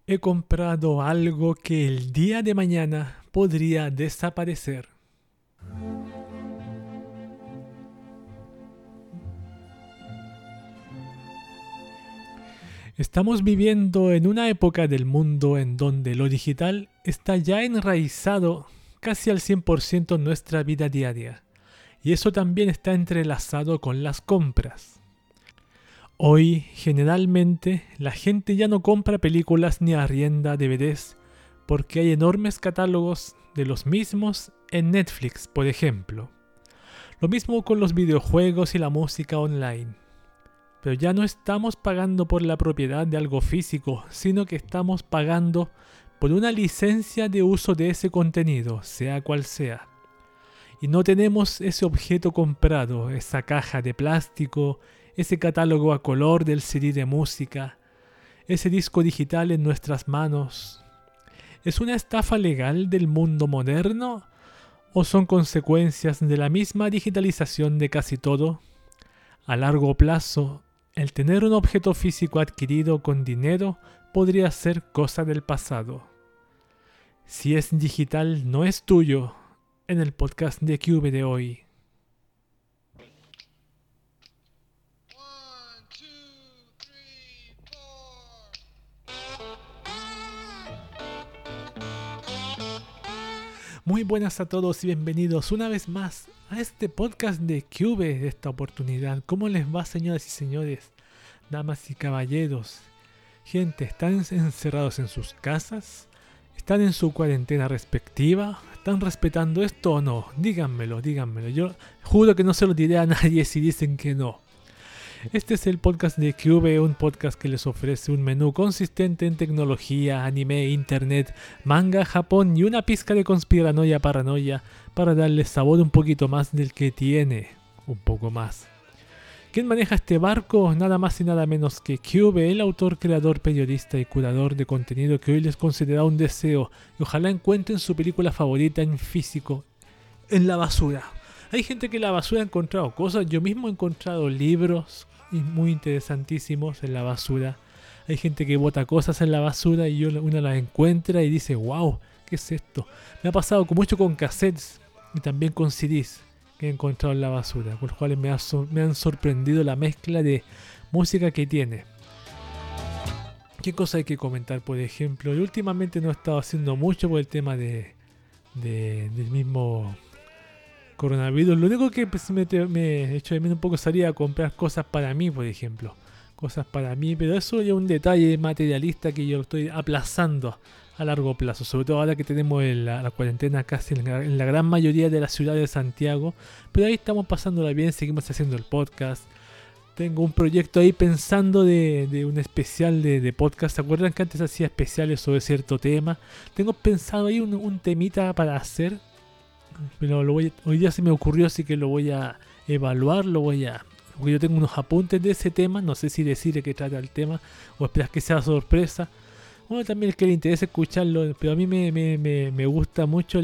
He comprado algo que el día de mañana podría desaparecer. Estamos viviendo en una época del mundo en donde lo digital está ya enraizado casi al 100% en nuestra vida diaria. Y eso también está entrelazado con las compras. Hoy, generalmente, la gente ya no compra películas ni arrienda DVDs porque hay enormes catálogos de los mismos en Netflix, por ejemplo. Lo mismo con los videojuegos y la música online. Pero ya no estamos pagando por la propiedad de algo físico, sino que estamos pagando por una licencia de uso de ese contenido, sea cual sea. Y no tenemos ese objeto comprado, esa caja de plástico, ese catálogo a color del CD de música, ese disco digital en nuestras manos. ¿Es una estafa legal del mundo moderno o son consecuencias de la misma digitalización de casi todo? A largo plazo, el tener un objeto físico adquirido con dinero podría ser cosa del pasado. Si es digital, no es tuyo. En el podcast de Cube de hoy. Muy buenas a todos y bienvenidos una vez más a este podcast de Cube de esta oportunidad. ¿Cómo les va, señoras y señores, damas y caballeros? Gente, ¿están encerrados en sus casas? ¿Están en su cuarentena respectiva? ¿Están respetando esto o no? Díganmelo. Yo juro que no se lo diré a nadie si dicen que no. Este es el podcast de Cube, un podcast que les ofrece un menú consistente en tecnología, anime, internet, manga, Japón y una pizca de conspiranoia paranoia para darle sabor un poquito más del que tiene. Un poco más. ¿Quién maneja este barco? Nada más y nada menos que Cube, el autor, creador, periodista y curador de contenido que hoy les considera un deseo y ojalá encuentren su película favorita en físico, en la basura. Hay gente que en la basura ha encontrado cosas, yo mismo he encontrado libros muy interesantísimos en la basura. Hay gente que bota cosas en la basura y uno las encuentra y dice, wow, ¿qué es esto? Me ha pasado mucho con cassettes y también con CDs que he encontrado en la basura, por los cuales me han sorprendido la mezcla de música que tiene. ¿Qué cosa hay que comentar, por ejemplo? Yo últimamente no he estado haciendo mucho por el tema del mismo coronavirus. Lo único que me he hecho de menos un poco salir a comprar cosas para mí, por ejemplo. Cosas para mí, pero eso ya es un detalle materialista que yo lo estoy aplazando a largo plazo, sobre todo ahora que tenemos la cuarentena casi en la gran mayoría de la ciudad de Santiago, pero ahí estamos pasándola bien, seguimos haciendo el podcast. Tengo un proyecto ahí pensando de un especial de podcast. ¿Se acuerdan que antes hacía especiales sobre cierto tema? Tengo pensado ahí un temita para hacer, pero hoy día se me ocurrió, así que lo voy a evaluar, porque yo tengo unos apuntes de ese tema, no sé si decir de qué trata el tema o esperar que sea sorpresa. Bueno, también el que le interese escucharlo, pero a mí me gusta mucho,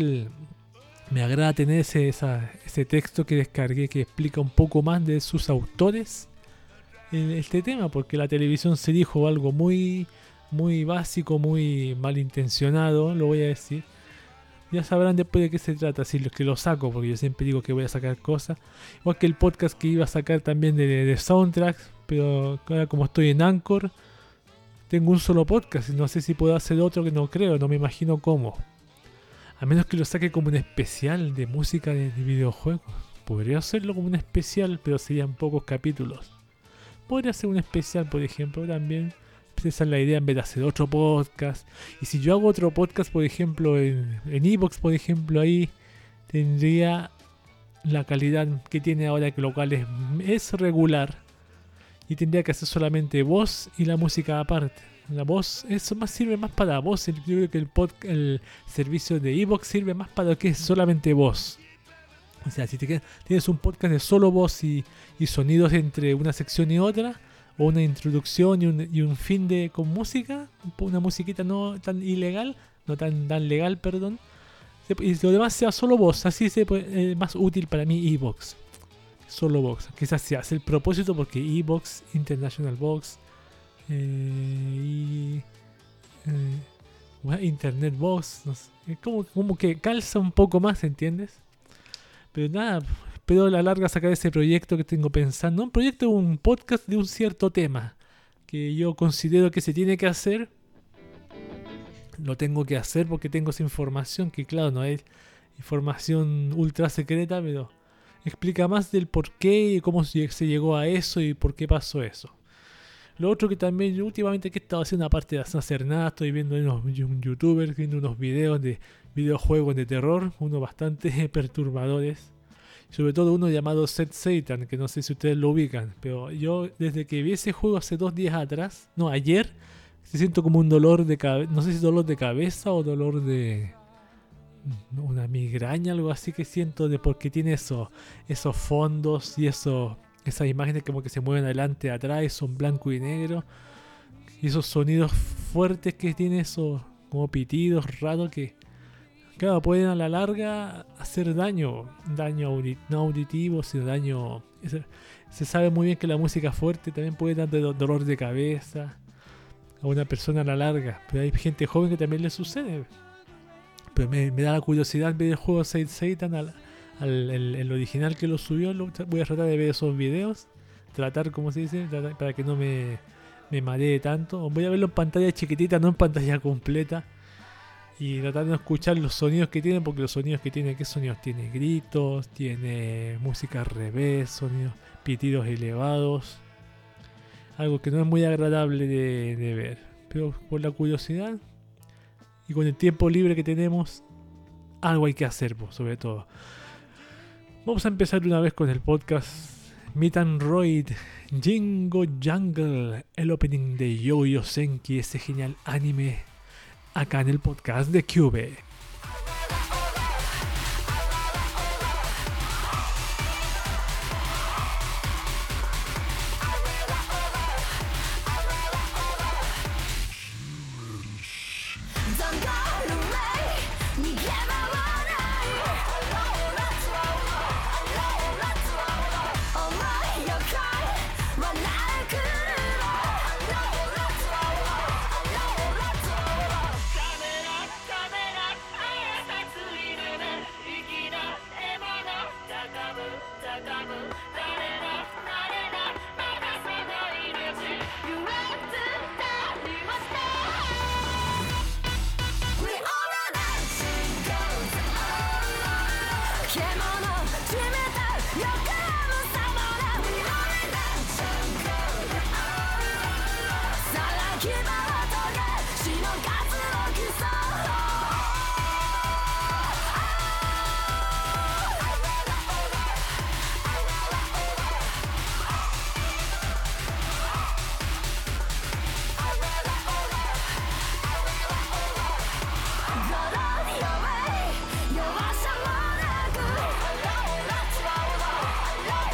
me agrada tener ese texto que descargué que explica un poco más de sus autores en este tema, porque la televisión se dijo algo muy, muy básico, muy malintencionado, lo voy a decir. Ya sabrán después de qué se trata, si los que lo saco, porque yo siempre digo que voy a sacar cosas. Igual que el podcast que iba a sacar también de soundtracks, pero ahora como estoy en Anchor, tengo un solo podcast y no sé si puedo hacer otro, que no creo, no me imagino cómo. A menos que lo saque como un especial de música de videojuegos. Podría hacerlo como un especial, pero serían pocos capítulos. Podría hacer un especial, por ejemplo, también. Esa es la idea en vez de hacer otro podcast. Y si yo hago otro podcast, por ejemplo, en Evox, por ejemplo, ahí tendría la calidad que tiene ahora, que lo cual es regular. Y tendría que hacer solamente voz y la música aparte. La voz, eso sirve más para voz. Yo creo que el servicio de Evox sirve más para que es solamente voz. O sea, si tienes un podcast de solo voz y sonidos entre una sección y otra, o una introducción y un fin con música, una musiquita no tan ilegal, no tan legal, perdón, y lo demás sea solo voz, así es más útil para mí Evox. Solo Box, quizás se hace el propósito porque Evox, International Box y Internet Box, no sé, es como que calza un poco más, ¿entiendes? Pero nada, espero a la larga sacar ese proyecto que tengo pensando. Un proyecto, un podcast de un cierto tema que yo considero que se tiene que hacer. Lo tengo que hacer porque tengo esa información que claro, no es información ultra secreta, pero explica más del por qué y cómo se llegó a eso y por qué pasó eso. Lo otro que también yo últimamente que he estado haciendo aparte de no hacer nada, estoy viendo un youtuber, viendo unos videos de videojuegos de terror, unos bastante perturbadores. Sobre todo uno llamado Set Satan, que no sé si ustedes lo ubican, pero yo desde que vi ese juego hace 2 días atrás, no, ayer, siento como un dolor de cabeza, no sé si dolor de cabeza o dolor de una migraña, algo así que siento de porque tiene esos fondos y esas imágenes como que se mueven adelante y atrás y son blanco y negro. Y esos sonidos fuertes que tiene, esos como pitidos raros que, claro, pueden a la larga hacer daño no auditivo, sino daño... Se sabe muy bien que la música fuerte también puede dar dolor de cabeza a una persona a la larga. Pero hay gente joven que también le sucede. Pero me da la curiosidad ver el juego Saint Satan el original que lo subió. Voy a tratar de ver esos videos. Tratar, como se dice, para que no me maree tanto. Voy a verlo en pantalla chiquitita, no en pantalla completa. Y tratar de no escuchar los sonidos que tiene. Porque los sonidos que tiene, ¿qué sonidos tiene? Gritos, tiene música al revés, sonidos, pitidos elevados. Algo que no es muy agradable de ver. Pero por la curiosidad y con el tiempo libre que tenemos, algo hay que hacer, sobre todo. Vamos a empezar una vez con el podcast Meet and Roid Jingo Jungle, el opening de Yo-Yo Senki, ese genial anime, acá en el podcast de Cube.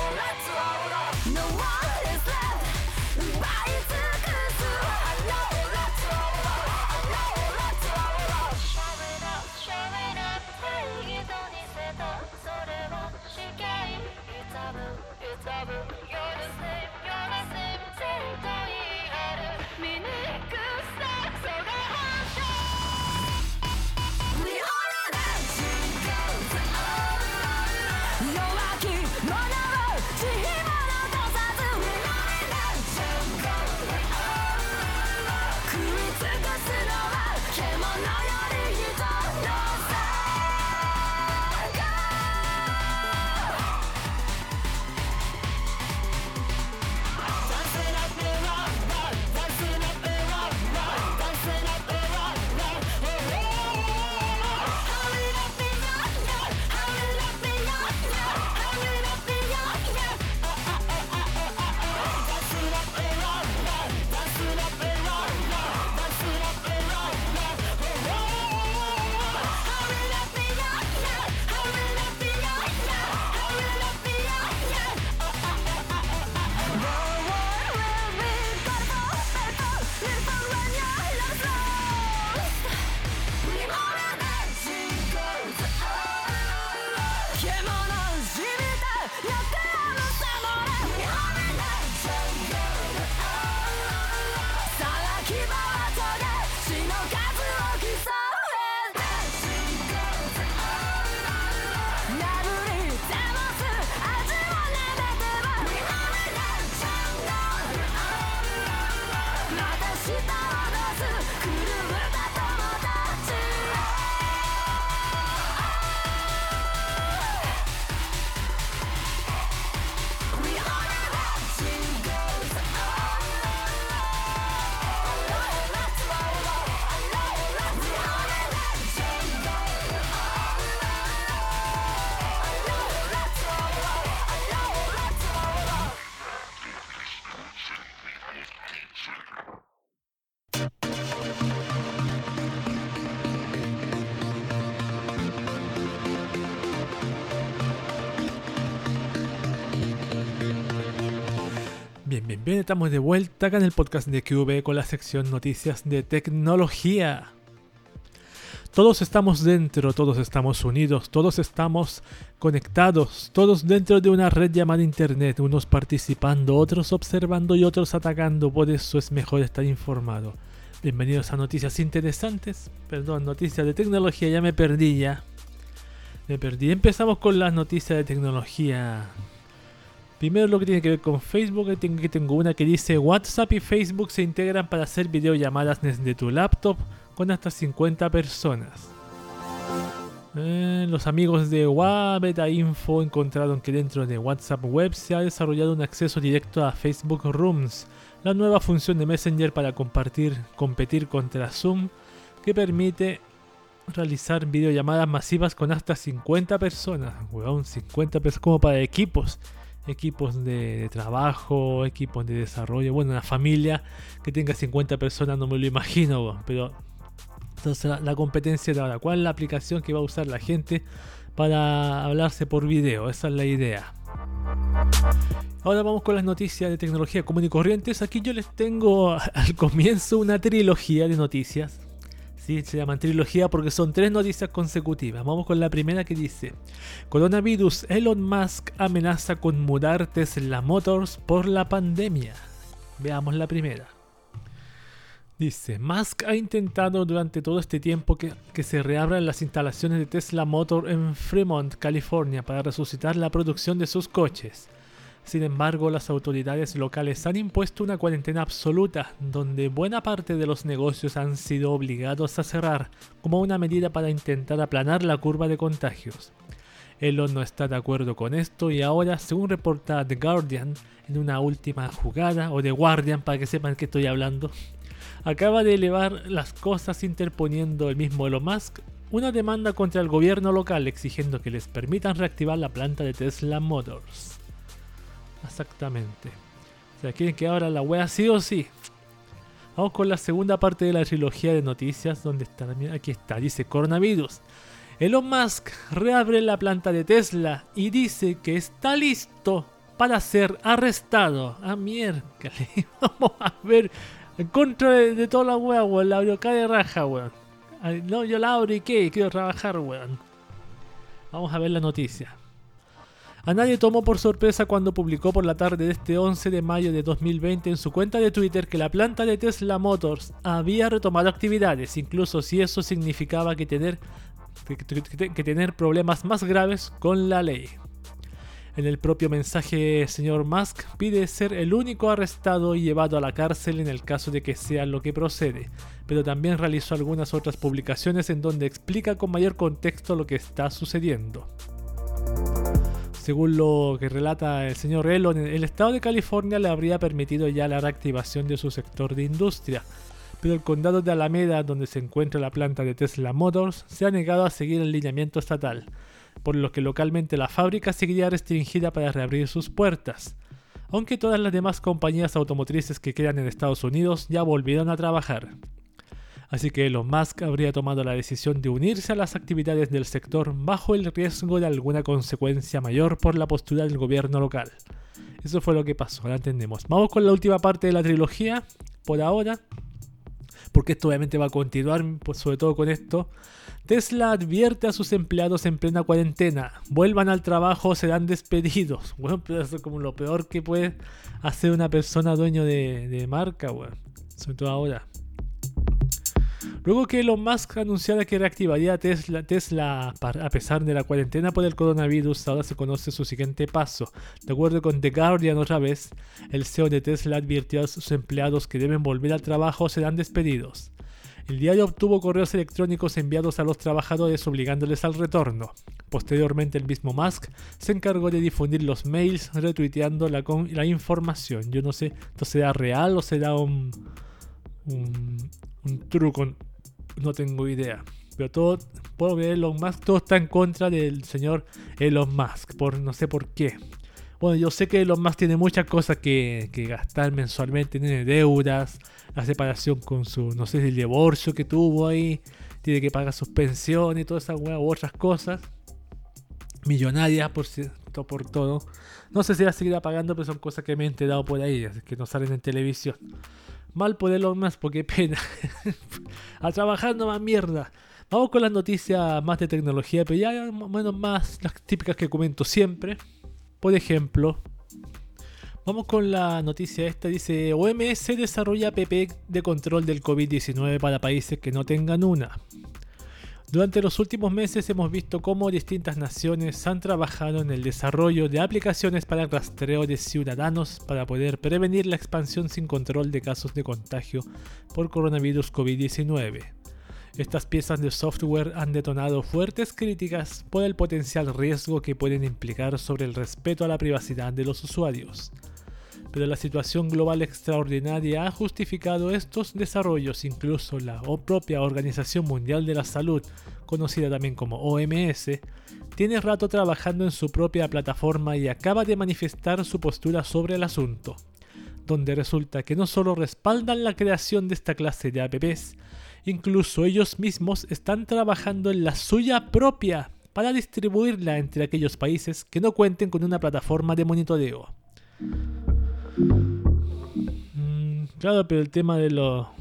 奪い尽くす Bien, estamos de vuelta acá en el podcast de QV con la sección Noticias de Tecnología. Todos estamos dentro, todos estamos unidos, todos estamos conectados, todos dentro de una red llamada Internet, unos participando, otros observando y otros atacando, por eso es mejor estar informado. Bienvenidos a Noticias Interesantes, noticias de tecnología, ya me perdí. Empezamos con las noticias de tecnología. Primero lo que tiene que ver con Facebook, tengo una que dice WhatsApp y Facebook se integran para hacer videollamadas desde tu laptop con hasta 50 personas. Los amigos de Wabeta Info encontraron que dentro de WhatsApp Web se ha desarrollado un acceso directo a Facebook Rooms, la nueva función de Messenger para competir contra Zoom, que permite realizar videollamadas masivas con hasta 50 personas. 50 personas como para equipos de trabajo, equipos de desarrollo, una familia que tenga 50 personas no me lo imagino, pero entonces la competencia de ahora, ¿cuál es la aplicación que va a usar la gente para hablarse por video? Esa es la idea. Ahora vamos con las noticias de tecnología común y corrientes. Aquí yo les tengo al comienzo una trilogía de noticias. Sí, se llaman trilogía porque son 3 noticias consecutivas. Vamos con la primera que dice: coronavirus, Elon Musk amenaza con mudar Tesla Motors por la pandemia. Veamos la primera. Dice: Musk ha intentado durante todo este tiempo que se reabran las instalaciones de Tesla Motor en Fremont, California, para resucitar la producción de sus coches. Sin embargo, las autoridades locales han impuesto una cuarentena absoluta, donde buena parte de los negocios han sido obligados a cerrar, como una medida para intentar aplanar la curva de contagios. Elon no está de acuerdo con esto y ahora, según reporta The Guardian, en una última jugada, o The Guardian para que sepan que estoy hablando, acaba de elevar las cosas interponiendo el mismo Elon Musk una demanda contra el gobierno local exigiendo que les permitan reactivar la planta de Tesla Motors. Exactamente. O sea, quieren que abra la wea sí o sí. Vamos con la segunda parte de la trilogía de noticias. ¿Dónde está? Aquí está. Dice: coronavirus. Elon Musk reabre la planta de Tesla y dice que está listo para ser arrestado. Ah, miércoles. Vamos a ver. En contra de toda la wea, weón. La abro acá de raja, weón. No, yo la abro y qué. Quiero trabajar, weón. Vamos a ver la noticia. A nadie tomó por sorpresa cuando publicó por la tarde de este 11 de mayo de 2020 en su cuenta de Twitter que la planta de Tesla Motors había retomado actividades, incluso si eso significaba que tener problemas más graves con la ley. En el propio mensaje, el señor Musk pide ser el único arrestado y llevado a la cárcel en el caso de que sea lo que procede, pero también realizó algunas otras publicaciones en donde explica con mayor contexto lo que está sucediendo. Según lo que relata el señor Elon, el estado de California le habría permitido ya la reactivación de su sector de industria, pero el condado de Alameda, donde se encuentra la planta de Tesla Motors, se ha negado a seguir el lineamiento estatal, por lo que localmente la fábrica seguiría restringida para reabrir sus puertas, aunque todas las demás compañías automotrices que quedan en Estados Unidos ya volvieron a trabajar. Así que Elon Musk habría tomado la decisión de unirse a las actividades del sector bajo el riesgo de alguna consecuencia mayor por la postura del gobierno local. Eso fue lo que pasó, ahora entendemos. Vamos con la última parte de la trilogía, por ahora, porque esto obviamente va a continuar, pues sobre todo con esto. Tesla advierte a sus empleados en plena cuarentena: vuelvan al trabajo o serán despedidos. Bueno, pero eso es como lo peor que puede hacer una persona dueño de marca, bueno, sobre todo ahora. Luego que Elon Musk anunciara que reactivaría Tesla a pesar de la cuarentena por el coronavirus, ahora se conoce su siguiente paso. De acuerdo con The Guardian otra vez, el CEO de Tesla advirtió a sus empleados que deben volver al trabajo o serán despedidos. El diario obtuvo correos electrónicos enviados a los trabajadores obligándoles al retorno. Posteriormente el mismo Musk se encargó de difundir los mails retuiteando la información. Yo no sé, ¿esto será real o será un truco? No tengo idea. Pero todo, puedo ver Elon Musk, todo está en contra del señor Elon Musk, no sé por qué. Bueno, yo sé que Elon Musk tiene muchas cosas que gastar mensualmente, tiene deudas, la separación con no sé si el divorcio que tuvo ahí, tiene que pagar sus pensiones y todas esas u otras cosas. Millonarias por todo. No sé si las seguirá pagando, pero son cosas que me he enterado por ahí, que no salen en televisión. Mal por Elon Musk, porque pena. A trabajar no más mierda. Vamos con las noticias más de tecnología, pero ya bueno, más las típicas que comento siempre. Por ejemplo, vamos con la noticia esta. Dice, OMS desarrolla app de control del COVID-19 para países que no tengan una. Durante los últimos meses hemos visto cómo distintas naciones han trabajado en el desarrollo de aplicaciones para el rastreo de ciudadanos para poder prevenir la expansión sin control de casos de contagio por coronavirus COVID-19. Estas piezas de software han detonado fuertes críticas por el potencial riesgo que pueden implicar sobre el respeto a la privacidad de los usuarios. Pero la situación global extraordinaria ha justificado estos desarrollos. Incluso la propia Organización Mundial de la Salud, conocida también como OMS, tiene rato trabajando en su propia plataforma y acaba de manifestar su postura sobre el asunto, donde resulta que no solo respaldan la creación de esta clase de apps, incluso ellos mismos están trabajando en la suya propia para distribuirla entre aquellos países que no cuenten con una plataforma de monitoreo. Claro, pero el tema de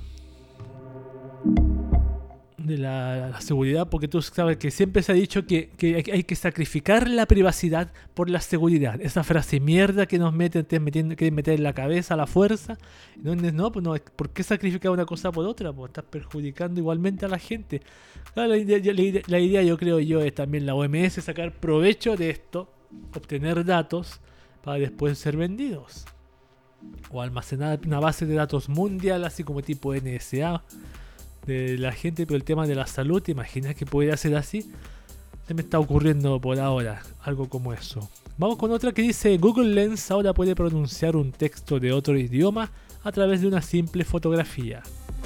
la seguridad, porque tú sabes que siempre se ha dicho que hay que sacrificar la privacidad por la seguridad. Esa frase mierda que nos quieren meter en la cabeza a la fuerza. ¿Por qué sacrificar una cosa por otra? Pues estás perjudicando igualmente a la gente. Claro, la idea yo creo es también la OMS sacar provecho de esto, obtener datos para después ser vendidos. O almacenar una base de datos mundial, así como tipo NSA de la gente, pero el tema de la salud, ¿te imaginas que podría ser así? Se me está ocurriendo por ahora algo como eso. Vamos con otra que dice, Google Lens ahora puede pronunciar un texto de otro idioma a través de una simple fotografía.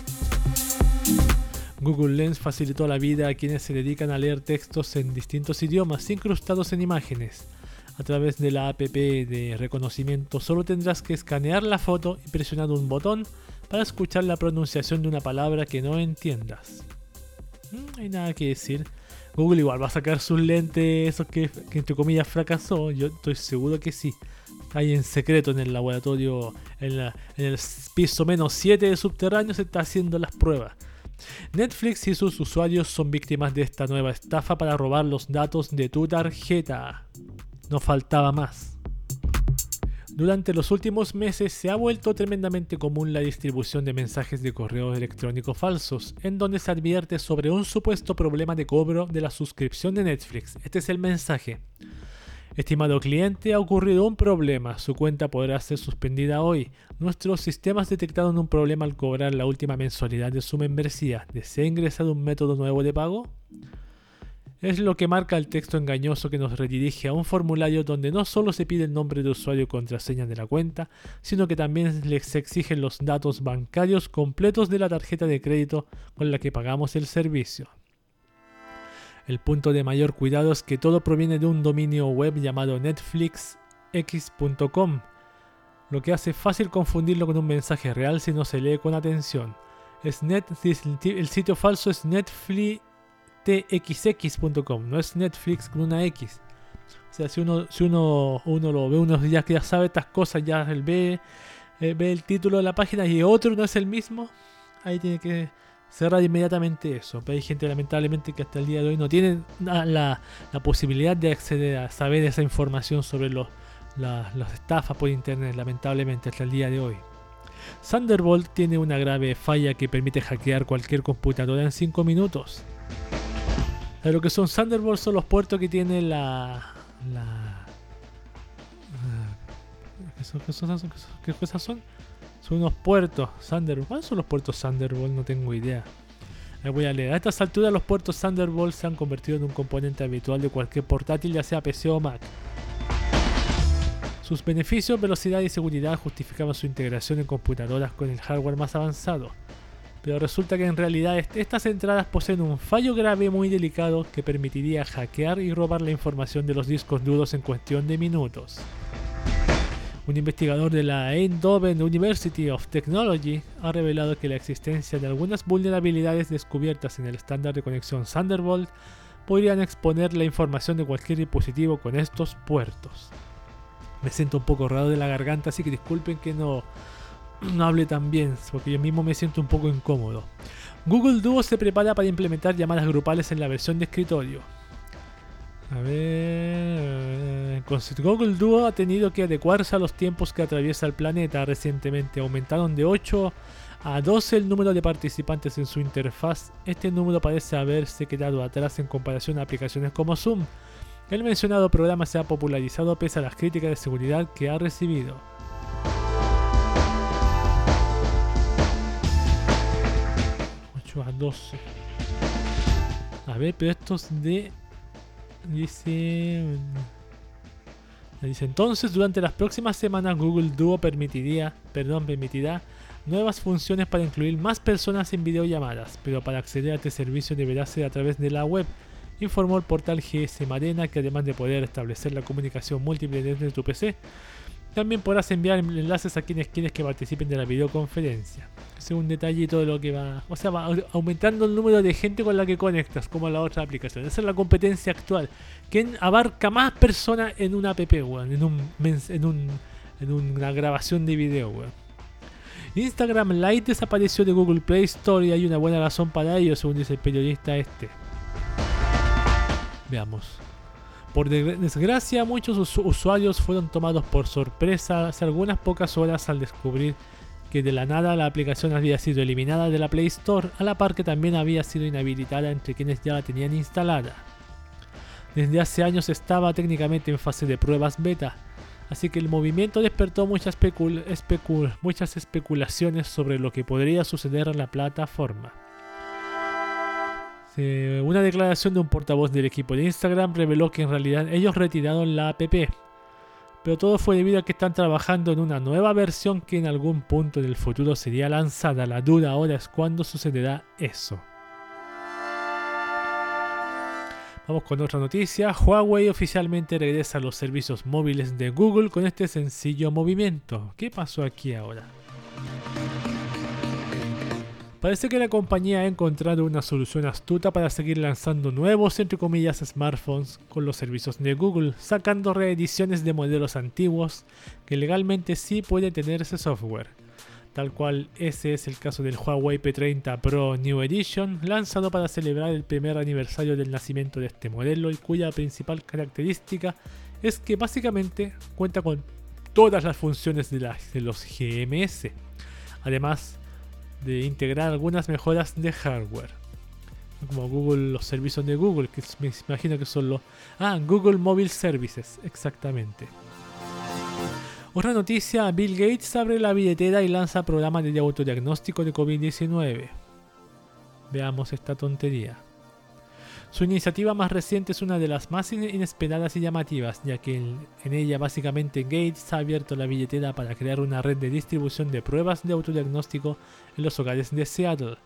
Google Lens facilitó la vida a quienes se dedican a leer textos en distintos idiomas incrustados en imágenes. A través de la app de reconocimiento solo tendrás que escanear la foto y presionar un botón para escuchar la pronunciación de una palabra que no entiendas. No hay nada que decir. Google igual va a sacar sus lentes, esos que entre comillas fracasó. Yo estoy seguro que sí. Ahí en secreto en el laboratorio, en el piso -7 de subterráneo se está haciendo las pruebas. Netflix y sus usuarios son víctimas de esta nueva estafa para robar los datos de tu tarjeta. No faltaba más. Durante los últimos meses se ha vuelto tremendamente común la distribución de mensajes de correo electrónico falsos, en donde se advierte sobre un supuesto problema de cobro de la suscripción de Netflix. Este es el mensaje. Estimado cliente, ha ocurrido un problema. Su cuenta podrá ser suspendida hoy. Nuestros sistemas detectaron un problema al cobrar la última mensualidad de su membresía. ¿Desea ingresar un método nuevo de pago? Es lo que marca el texto engañoso que nos redirige a un formulario donde no solo se pide el nombre de usuario y contraseña de la cuenta, sino que también se exigen los datos bancarios completos de la tarjeta de crédito con la que pagamos el servicio. El punto de mayor cuidado es que todo proviene de un dominio web llamado netflixx.com, lo que hace fácil confundirlo con un mensaje real si no se lee con atención. El sitio falso es netflixx.com, no es Netflix con una X. O sea, si uno lo ve, uno ya sabe estas cosas, ya ve el título de la página y otro no es el mismo, ahí tiene que cerrar inmediatamente eso. Pero hay gente lamentablemente que hasta el día de hoy no tiene la posibilidad de acceder a saber esa información sobre las estafas por internet, lamentablemente hasta el día de hoy. Thunderbolt tiene una grave falla que permite hackear cualquier computadora en 5 minutos. Lo que son Thunderbolt son los puertos que tiene ¿Qué cosas son? Son unos puertos Thunderbolt. ¿Cuáles son los puertos Thunderbolt? No tengo idea. Ahí voy a leer. A estas alturas los puertos Thunderbolt se han convertido en un componente habitual de cualquier portátil, ya sea PC o Mac. Sus beneficios, velocidad y seguridad justificaban su integración en computadoras con el hardware más avanzado. Pero resulta que en realidad estas entradas poseen un fallo grave muy delicado que permitiría hackear y robar la información de los discos duros en cuestión de minutos. Un investigador de la Eindhoven University of Technology ha revelado que la existencia de algunas vulnerabilidades descubiertas en el estándar de conexión Thunderbolt podrían exponer la información de cualquier dispositivo con estos puertos. Me siento un poco raro de la garganta, así que disculpen que no hable tan bien, porque yo mismo me siento un poco incómodo. Google Duo se prepara para implementar llamadas grupales en la versión de escritorio. A ver, Google Duo ha tenido que adecuarse a los tiempos que atraviesa el planeta. Recientemente aumentaron de 8 a 12 el número de participantes en su interfaz. Este número parece haberse quedado atrás en comparación a aplicaciones como Zoom. El mencionado programa se ha popularizado pese a las críticas de seguridad que ha recibido. A 12. A ver, pero estos de... Dice entonces, durante las próximas semanas Google Duo permitirá nuevas funciones para incluir más personas en videollamadas, pero para acceder a este servicio deberá ser a través de la web, informó el portal GSM Arena, que además de poder establecer la comunicación múltiple desde tu PC, también podrás enviar enlaces a quienes quieres que participen de la videoconferencia. Ese es un detallito de lo que va... O sea, va aumentando el número de gente con la que conectas, como la otra aplicación. Esa es la competencia actual. ¿Quién abarca más personas en una app, weón? En una grabación de video, weón. Instagram Lite desapareció de Google Play Store y hay una buena razón para ello, según dice el periodista este. Veamos. Por desgracia, muchos usuarios fueron tomados por sorpresa hace algunas pocas horas al descubrir que de la nada la aplicación había sido eliminada de la Play Store, a la par que también había sido inhabilitada entre quienes ya la tenían instalada. Desde hace años estaba técnicamente en fase de pruebas beta, así que el movimiento despertó muchas especulaciones sobre lo que podría suceder en la plataforma. Una declaración de un portavoz del equipo de Instagram reveló que en realidad ellos retiraron la app, pero todo fue debido a que están trabajando en una nueva versión que en algún punto del futuro sería lanzada. La duda ahora es cuándo sucederá eso. Vamos con otra noticia. Huawei oficialmente regresa a los servicios móviles de Google con este sencillo movimiento. ¿Qué pasó aquí ahora? Parece que la compañía ha encontrado una solución astuta para seguir lanzando nuevos, entre comillas, smartphones con los servicios de Google, sacando reediciones de modelos antiguos que legalmente sí puede tener ese software. Tal cual ese es el caso del Huawei P30 Pro New Edition, lanzado para celebrar el primer aniversario del nacimiento de este modelo y cuya principal característica es que básicamente cuenta con todas las funciones de los GMS. Además de integrar algunas mejoras de hardware, como Google, los servicios de Google, que me imagino que son los... Google Mobile Services, exactamente. Otra noticia, Bill Gates abre la billetera y lanza programas de autodiagnóstico de COVID-19. Veamos esta tontería. Su iniciativa más reciente es una de las más inesperadas y llamativas, ya que en ella básicamente Gates ha abierto la billetera para crear una red de distribución de pruebas de autodiagnóstico en los hogares de Seattle.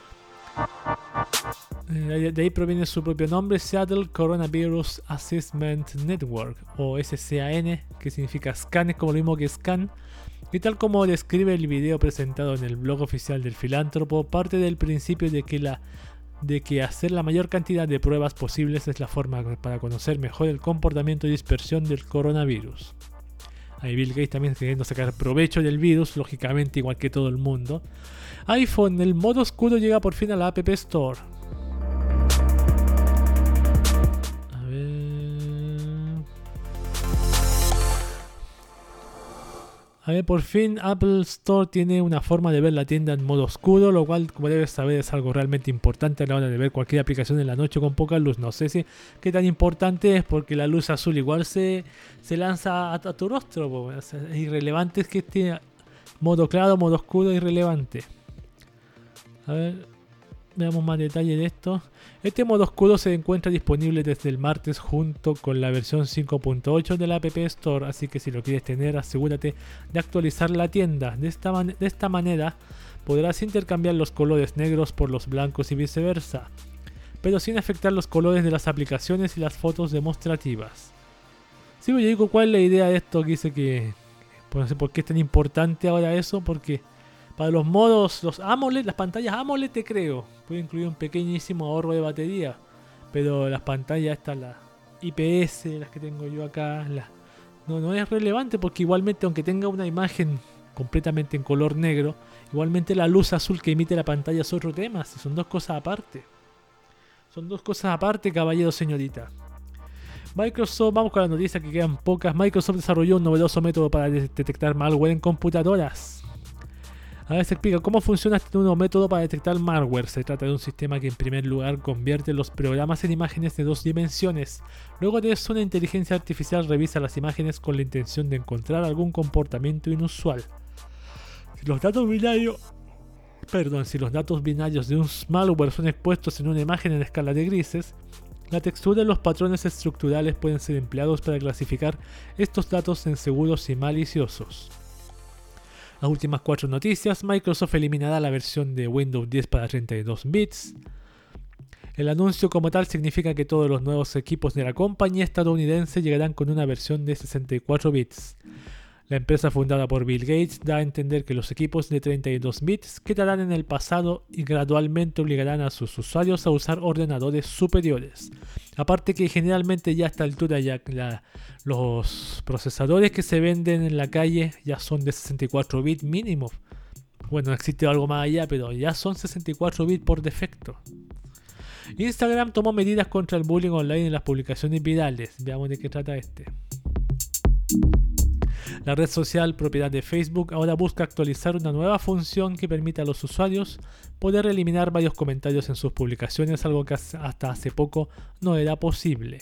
De ahí proviene su propio nombre, Seattle Coronavirus Assessment Network, o SCAN, que significa scan, es como lo mismo que scan. Y tal como describe el video presentado en el blog oficial del filántropo, parte del principio de que hacer la mayor cantidad de pruebas posibles es la forma para conocer mejor el comportamiento y dispersión del coronavirus. Ahí Bill Gates también queriendo sacar provecho del virus, lógicamente igual que todo el mundo. iPhone, el modo oscuro llega por fin a la App Store. A ver... A ver, por fin Apple Store tiene una forma de ver la tienda en modo oscuro, lo cual, como debes saber, es algo realmente importante a la hora de ver cualquier aplicación en la noche con poca luz. No sé si qué tan importante es, porque la luz azul igual se lanza a tu rostro. O sea, es irrelevante, es que esté modo claro, modo oscuro, irrelevante. A ver, veamos más detalle de esto. Este modo oscuro se encuentra disponible desde el martes junto con la versión 5.8 de la App Store, así que si lo quieres tener, asegúrate de actualizar la tienda. De esta manera podrás intercambiar los colores negros por los blancos y viceversa, pero sin afectar los colores de las aplicaciones y las fotos demostrativas. Sí, yo digo, ¿cuál es la idea de esto? Que dice que, no sé por qué es tan importante ahora eso, porque para los modos, los AMOLED, las pantallas AMOLED te creo, puede incluir un pequeñísimo ahorro de batería, pero las pantallas estas, las IPS, las que tengo yo acá, no es relevante, porque igualmente aunque tenga una imagen completamente en color negro, igualmente la luz azul que emite la pantalla es otro tema, son dos cosas aparte. Son dos cosas aparte, caballero, señorita. Microsoft, vamos con las noticias que quedan pocas. Microsoft desarrolló un novedoso método para detectar malware en computadoras. A ver, se explica cómo funciona este nuevo método para detectar malware. Se trata de un sistema que en primer lugar convierte los programas en imágenes de 2 dimensiones. Luego de eso, una inteligencia artificial revisa las imágenes con la intención de encontrar algún comportamiento inusual. Si los datos binarios de un malware son expuestos en una imagen en escala de grises, la textura y los patrones estructurales pueden ser empleados para clasificar estos datos en seguros y maliciosos. Las últimas 4 noticias: Microsoft eliminará la versión de Windows 10 para 32 bits. El anuncio como tal significa que todos los nuevos equipos de la compañía estadounidense llegarán con una versión de 64 bits. La empresa fundada por Bill Gates da a entender que los equipos de 32 bits quedarán en el pasado y gradualmente obligarán a sus usuarios a usar ordenadores superiores. Aparte que generalmente ya a esta altura los procesadores que se venden en la calle ya son de 64 bits mínimo. Bueno, existe algo más allá, pero ya son 64 bits por defecto. Instagram tomó medidas contra el bullying online en las publicaciones virales. Veamos de qué trata este. La red social propiedad de Facebook ahora busca actualizar una nueva función que permite a los usuarios poder eliminar varios comentarios en sus publicaciones, algo que hasta hace poco no era posible.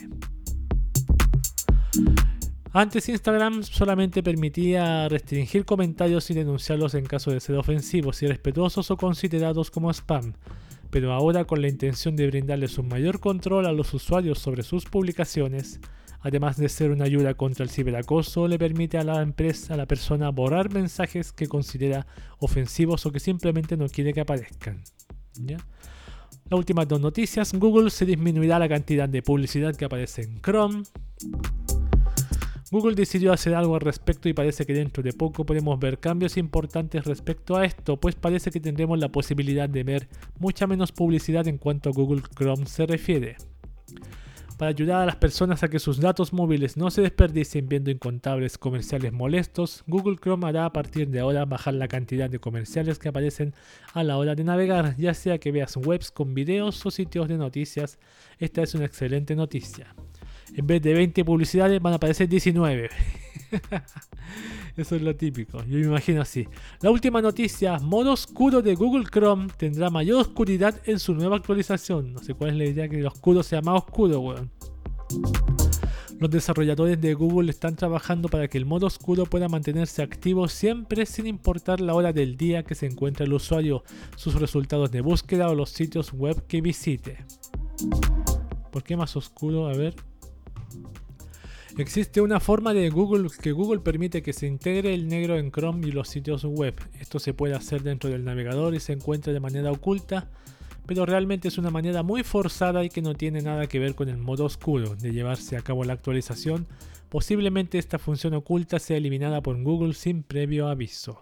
Antes Instagram solamente permitía restringir comentarios y denunciarlos en caso de ser ofensivos, irrespetuosos o considerados como spam. Pero ahora, con la intención de brindarles un mayor control a los usuarios sobre sus publicaciones, además de ser una ayuda contra el ciberacoso, le permite a la persona borrar mensajes que considera ofensivos o que simplemente no quiere que aparezcan. ¿Ya? Las últimas 2 noticias: Google se disminuirá la cantidad de publicidad que aparece en Chrome. Google decidió hacer algo al respecto y parece que dentro de poco podemos ver cambios importantes respecto a esto, pues parece que tendremos la posibilidad de ver mucha menos publicidad en cuanto a Google Chrome se refiere. Para ayudar a las personas a que sus datos móviles no se desperdicien viendo incontables comerciales molestos, Google Chrome hará a partir de ahora bajar la cantidad de comerciales que aparecen a la hora de navegar, ya sea que veas webs con videos o sitios de noticias. Esta es una excelente noticia. En vez de 20 publicidades van a aparecer 19. Eso es lo típico, yo me imagino así. La última noticia: modo oscuro de Google Chrome tendrá mayor oscuridad en su nueva actualización. No sé cuál es la idea que el oscuro sea más oscuro, weón. Los desarrolladores de Google están trabajando para que el modo oscuro pueda mantenerse activo siempre, sin importar la hora del día que se encuentra el usuario, sus resultados de búsqueda o los sitios web que visite. ¿Por qué más oscuro? A ver. Existe una forma de que Google permite que se integre el negro en Chrome y los sitios web. Esto se puede hacer dentro del navegador y se encuentra de manera oculta, pero realmente es una manera muy forzada y que no tiene nada que ver con el modo oscuro. De llevarse a cabo la actualización, posiblemente esta función oculta sea eliminada por Google sin previo aviso.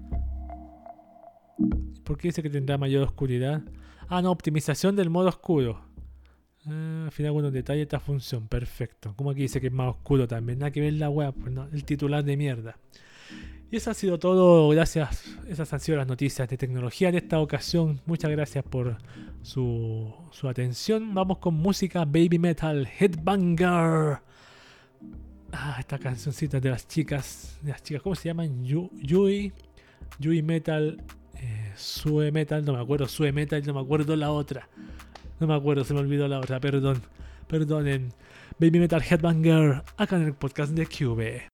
¿Por qué dice que tendrá mayor oscuridad? Ah, no, optimización del modo oscuro. Al final algunos detalles de esta función, perfecto. Como aquí dice que es más oscuro también, nada que ver la web, pues no, el titular de mierda. Y eso ha sido todo, gracias. Esas han sido las noticias de tecnología de esta ocasión. Muchas gracias por su atención. Vamos con música baby metal, Headbanger. esta cancioncita de las chicas, ¿cómo se llaman? Yui Metal, Sue Metal, no me acuerdo, Sue Metal, no me acuerdo la otra. No me acuerdo, se me olvidó la otra, perdonen. Baby Metal Headbanger, acá en el podcast de QB.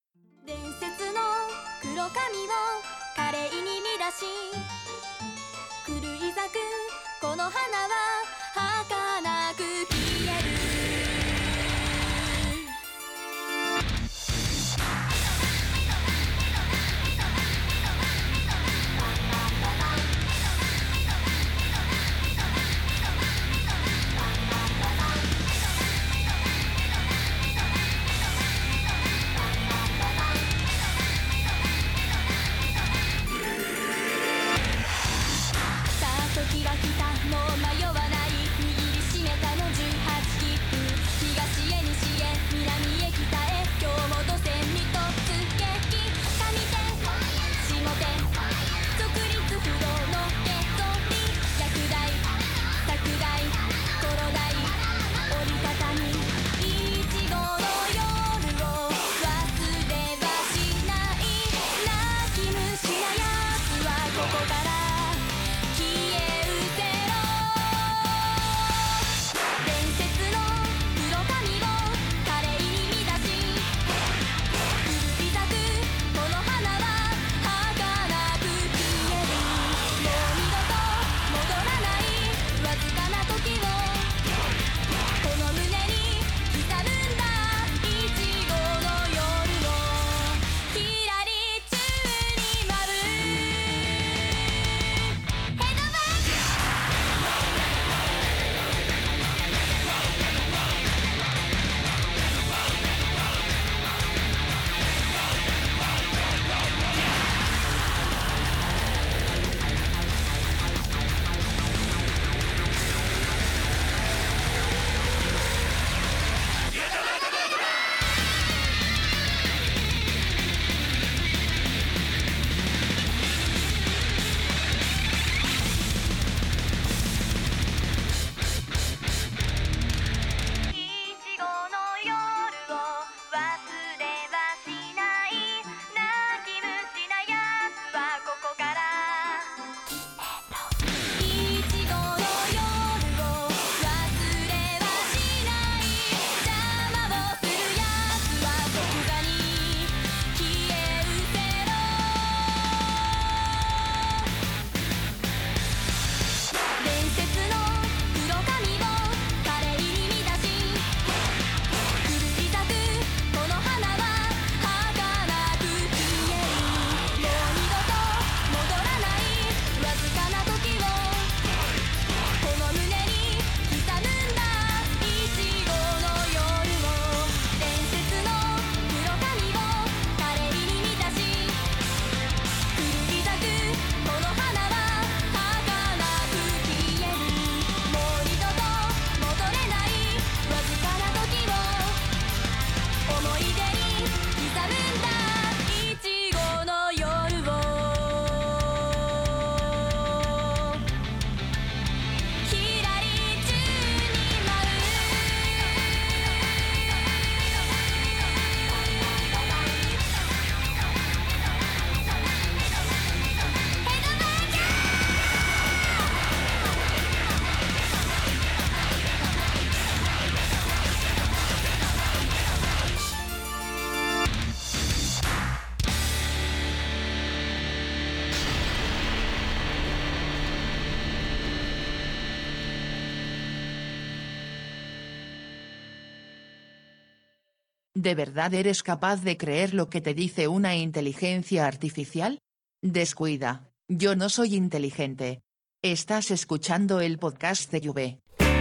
¿De verdad eres capaz de creer lo que te dice una inteligencia artificial? Descuida, yo no soy inteligente. Estás escuchando el podcast de QB.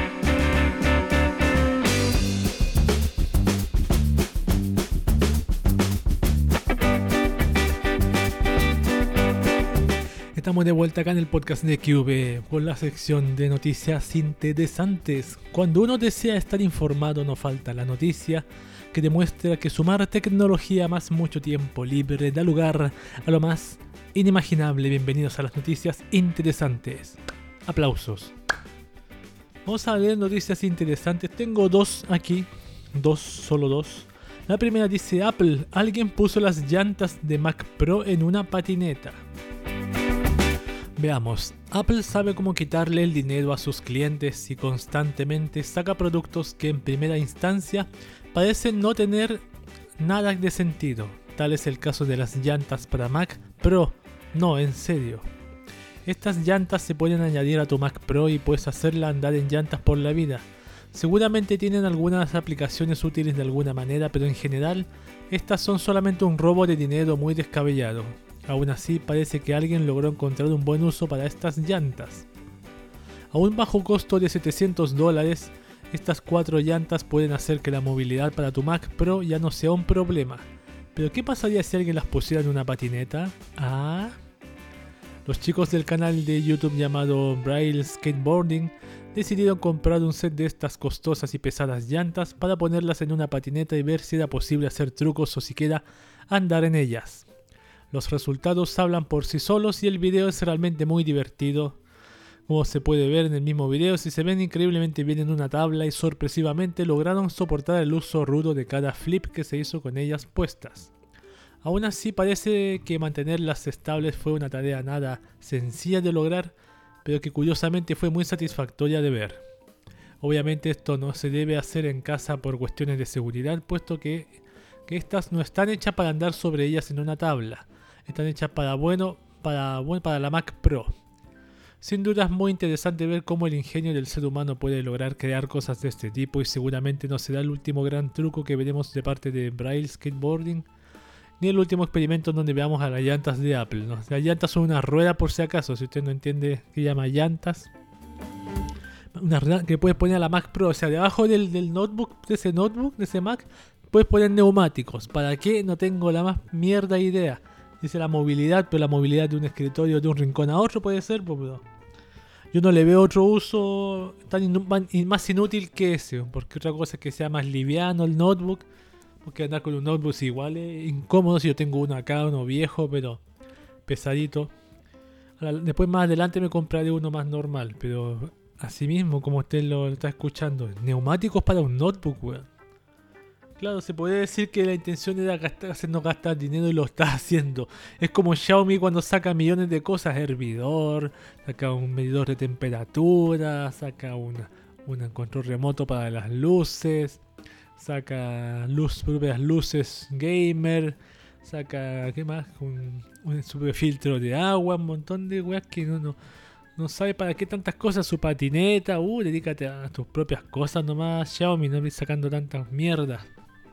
Estamos de vuelta acá en el podcast de QB por la sección de noticias interesantes. Cuando uno desea estar informado, no falta la noticia que demuestra que sumar tecnología más mucho tiempo libre da lugar a lo más inimaginable. Bienvenidos a las noticias interesantes. Aplausos. Vamos a leer noticias interesantes. Tengo dos aquí, solo dos. La primera dice: Apple, alguien puso las llantas de Mac Pro en una patineta. Veamos, Apple sabe cómo quitarle el dinero a sus clientes y constantemente saca productos que en primera instancia parecen no tener nada de sentido. Tal es el caso de las llantas para Mac Pro. No, en serio. Estas llantas se pueden añadir a tu Mac Pro y puedes hacerla andar en llantas por la vida. Seguramente tienen algunas aplicaciones útiles de alguna manera, pero en general estas son solamente un robo de dinero muy descabellado. Aún así, parece que alguien logró encontrar un buen uso para estas llantas. A un bajo costo de $700, estas 4 llantas pueden hacer que la movilidad para tu Mac Pro ya no sea un problema. Pero ¿qué pasaría si alguien las pusiera en una patineta? Los chicos del canal de YouTube llamado Braille Skateboarding decidieron comprar un set de estas costosas y pesadas llantas para ponerlas en una patineta y ver si era posible hacer trucos o siquiera andar en ellas. Los resultados hablan por sí solos y el video es realmente muy divertido. Como se puede ver en el mismo video, si se ven increíblemente bien en una tabla y sorpresivamente lograron soportar el uso rudo de cada flip que se hizo con ellas puestas. Aún así parece que mantenerlas estables fue una tarea nada sencilla de lograr, pero que curiosamente fue muy satisfactoria de ver. Obviamente esto no se debe hacer en casa por cuestiones de seguridad, puesto que estas no están hechas para andar sobre ellas en una tabla. Están hechas para la Mac Pro. Sin duda es muy interesante ver cómo el ingenio del ser humano puede lograr crear cosas de este tipo, y seguramente no será el último gran truco que veremos de parte de Braille Skateboarding, ni el último experimento donde veamos a las llantas de Apple, ¿no? Las llantas son una rueda, por si acaso, si usted no entiende qué llama llantas. Una rueda que puedes poner a la Mac Pro, o sea, debajo del notebook, de ese Mac, puedes poner neumáticos. ¿Para qué? No tengo la más mierda idea. Dice la movilidad, pero la movilidad de un escritorio de un rincón a otro puede ser, pero yo no le veo otro uso más inútil que ese, porque otra cosa es que sea más liviano el notebook, porque andar con un notebook es igual es incómodo. Si yo tengo uno acá, uno viejo, pero pesadito. Después más adelante me compraré uno más normal, pero así mismo, como usted lo está escuchando, neumáticos para un notebook, weón. Claro, se puede decir que la intención era hacernos gastar dinero y lo está haciendo. Es como Xiaomi cuando saca millones de cosas, hervidor, saca un medidor de temperatura, saca un control remoto para las luces, saca propias luces gamer, saca, ¿qué más? Un super filtro de agua, un montón de weas que no sabe para qué tantas cosas. Su patineta, dedícate a tus propias cosas nomás, Xiaomi, no me sacando tantas mierdas.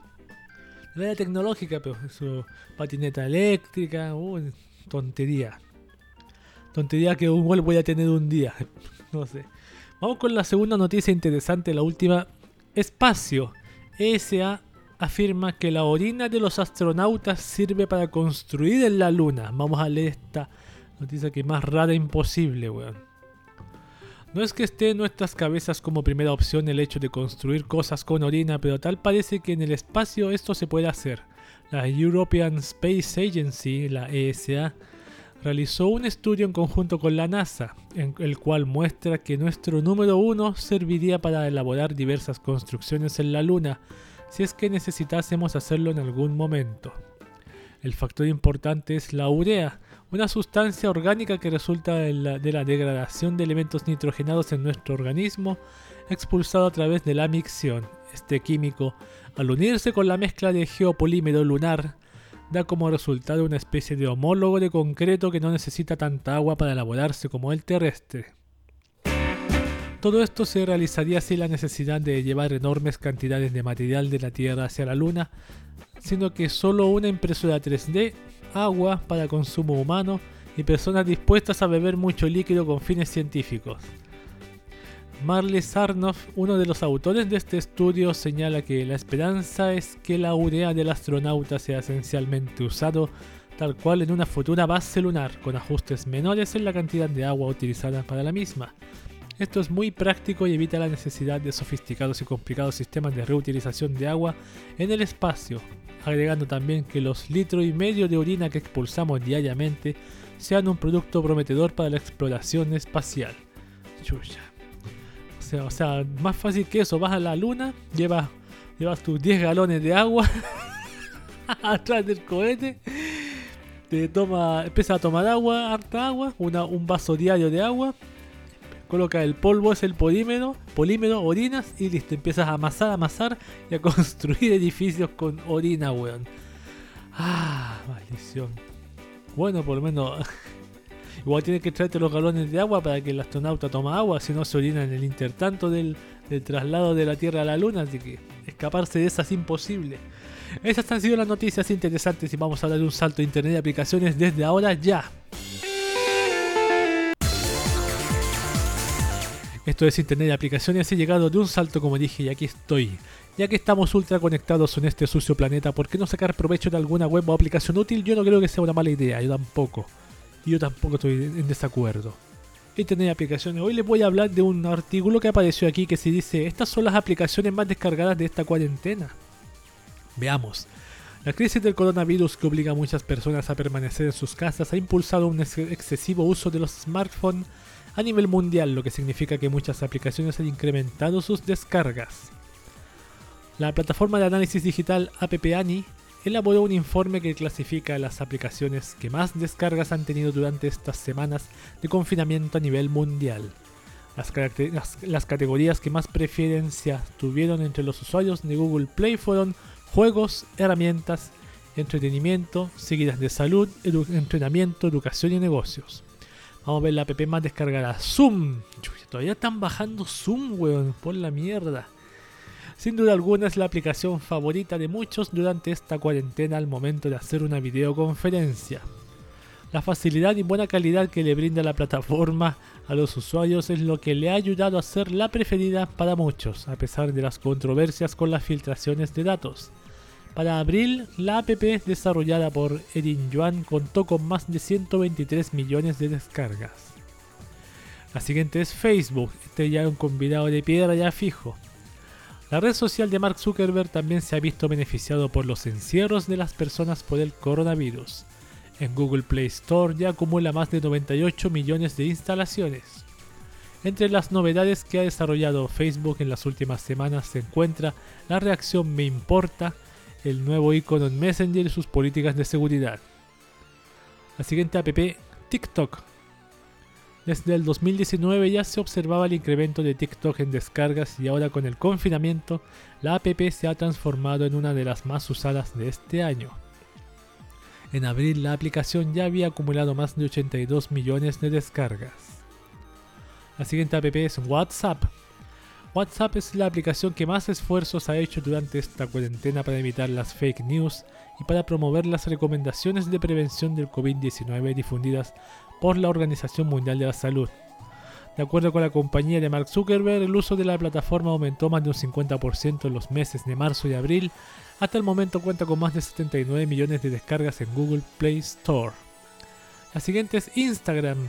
La área tecnológica, pero su patineta eléctrica, tontería. Tontería que igual voy a tener un día, no sé. Vamos con la segunda noticia interesante, la última. Espacio. ESA afirma que la orina de los astronautas sirve para construir en la luna. Vamos a leer esta noticia que es más rara imposible, weón. No es que esté en nuestras cabezas como primera opción el hecho de construir cosas con orina, pero tal parece que en el espacio esto se puede hacer. La European Space Agency, la ESA, realizó un estudio en conjunto con la NASA, en el cual muestra que nuestro número 1 serviría para elaborar diversas construcciones en la Luna, si es que necesitásemos hacerlo en algún momento. El factor importante es la urea, una sustancia orgánica que resulta de la degradación de elementos nitrogenados en nuestro organismo, expulsado a través de la micción. Este químico, al unirse con la mezcla de geopolímero lunar, da como resultado una especie de homólogo de concreto que no necesita tanta agua para elaborarse como el terrestre. Todo esto se realizaría sin la necesidad de llevar enormes cantidades de material de la Tierra hacia la Luna, sino que solo una impresora 3D, agua para consumo humano y personas dispuestas a beber mucho líquido con fines científicos. Marley Sarnoff, uno de los autores de este estudio, señala que la esperanza es que la urea del astronauta sea esencialmente usado tal cual en una futura base lunar, con ajustes menores en la cantidad de agua utilizada para la misma. Esto es muy práctico y evita la necesidad de sofisticados y complicados sistemas de reutilización de agua en el espacio, agregando también que los litros y medio de orina que expulsamos diariamente sean un producto prometedor para la exploración espacial. Chucha. O sea, más fácil que eso, vas a la luna, llevas tus 10 galones de agua atrás del cohete. Empieza a tomar agua, harta agua, un vaso diario de agua. Coloca el polvo, es el polímero, orinas y listo. Empiezas a amasar y a construir edificios con orina, weón. Ah, maldición. Bueno, por lo menos... Igual tienes que traerte los galones de agua para que el astronauta tome agua, si no se orina en el intertanto del traslado de la Tierra a la Luna, así que escaparse de esa es imposible. Esas han sido las noticias interesantes y vamos a dar un salto a internet de aplicaciones desde ahora ya. Esto es internet de aplicaciones, he llegado de un salto como dije y aquí estoy. Ya que estamos ultra conectados en este sucio planeta, ¿por qué no sacar provecho de alguna web o aplicación útil? Yo no creo que sea una mala idea, yo tampoco estoy en desacuerdo. Internet de aplicaciones, hoy les voy a hablar de un artículo que apareció aquí que se dice: estas son las aplicaciones más descargadas de esta cuarentena. Veamos. La crisis del coronavirus, que obliga a muchas personas a permanecer en sus casas, ha impulsado un excesivo uso de los smartphones a nivel mundial, lo que significa que muchas aplicaciones han incrementado sus descargas. La plataforma de análisis digital App Annie elaboró un informe que clasifica las aplicaciones que más descargas han tenido durante estas semanas de confinamiento a nivel mundial. Las categorías que más preferencia tuvieron entre los usuarios de Google Play fueron juegos, herramientas, entretenimiento, seguidas de salud, entrenamiento, educación y negocios. Vamos a ver la app más descargada. Zoom. Todavía están bajando Zoom, weón. Por la mierda. Sin duda alguna es la aplicación favorita de muchos durante esta cuarentena al momento de hacer una videoconferencia. La facilidad y buena calidad que le brinda la plataforma a los usuarios es lo que le ha ayudado a ser la preferida para muchos, a pesar de las controversias con las filtraciones de datos. Para abril, la app desarrollada por Erin Yuan contó con más de 123 millones de descargas. La siguiente es Facebook, este ya es un convidado de piedra ya fijo. La red social de Mark Zuckerberg también se ha visto beneficiado por los encierros de las personas por el coronavirus. En Google Play Store ya acumula más de 98 millones de instalaciones. Entre las novedades que ha desarrollado Facebook en las últimas semanas se encuentra la reacción Me Importa, el nuevo icono en Messenger y sus políticas de seguridad. La siguiente app, TikTok. Desde el 2019 ya se observaba el incremento de TikTok en descargas y ahora con el confinamiento, la app se ha transformado en una de las más usadas de este año. En abril la aplicación ya había acumulado más de 82 millones de descargas. La siguiente app es WhatsApp. WhatsApp es la aplicación que más esfuerzos ha hecho durante esta cuarentena para evitar las fake news y para promover las recomendaciones de prevención del COVID-19 difundidas por la Organización Mundial de la Salud. De acuerdo con la compañía de Mark Zuckerberg, el uso de la plataforma aumentó más de un 50% en los meses de marzo y abril. Hasta el momento cuenta con más de 79 millones de descargas en Google Play Store. La siguiente es Instagram.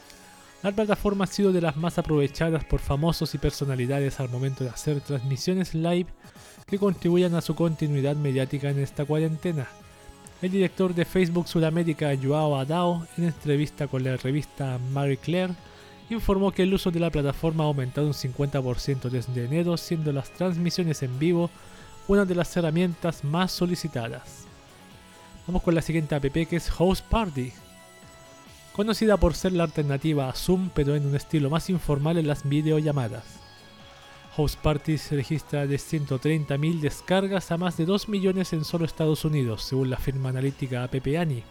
La plataforma ha sido de las más aprovechadas por famosos y personalidades al momento de hacer transmisiones live que contribuyan a su continuidad mediática en esta cuarentena. El director de Facebook Sudamérica, Joao Adao, en entrevista con la revista Marie Claire, informó que el uso de la plataforma ha aumentado un 50% desde enero, siendo las transmisiones en vivo una de las herramientas más solicitadas. Vamos con la siguiente app, que es House Party. Conocida por ser la alternativa a Zoom, pero en un estilo más informal en las videollamadas. House Party se registra de 130.000 descargas a más de 2 millones en solo Estados Unidos, según la firma analítica App Annie.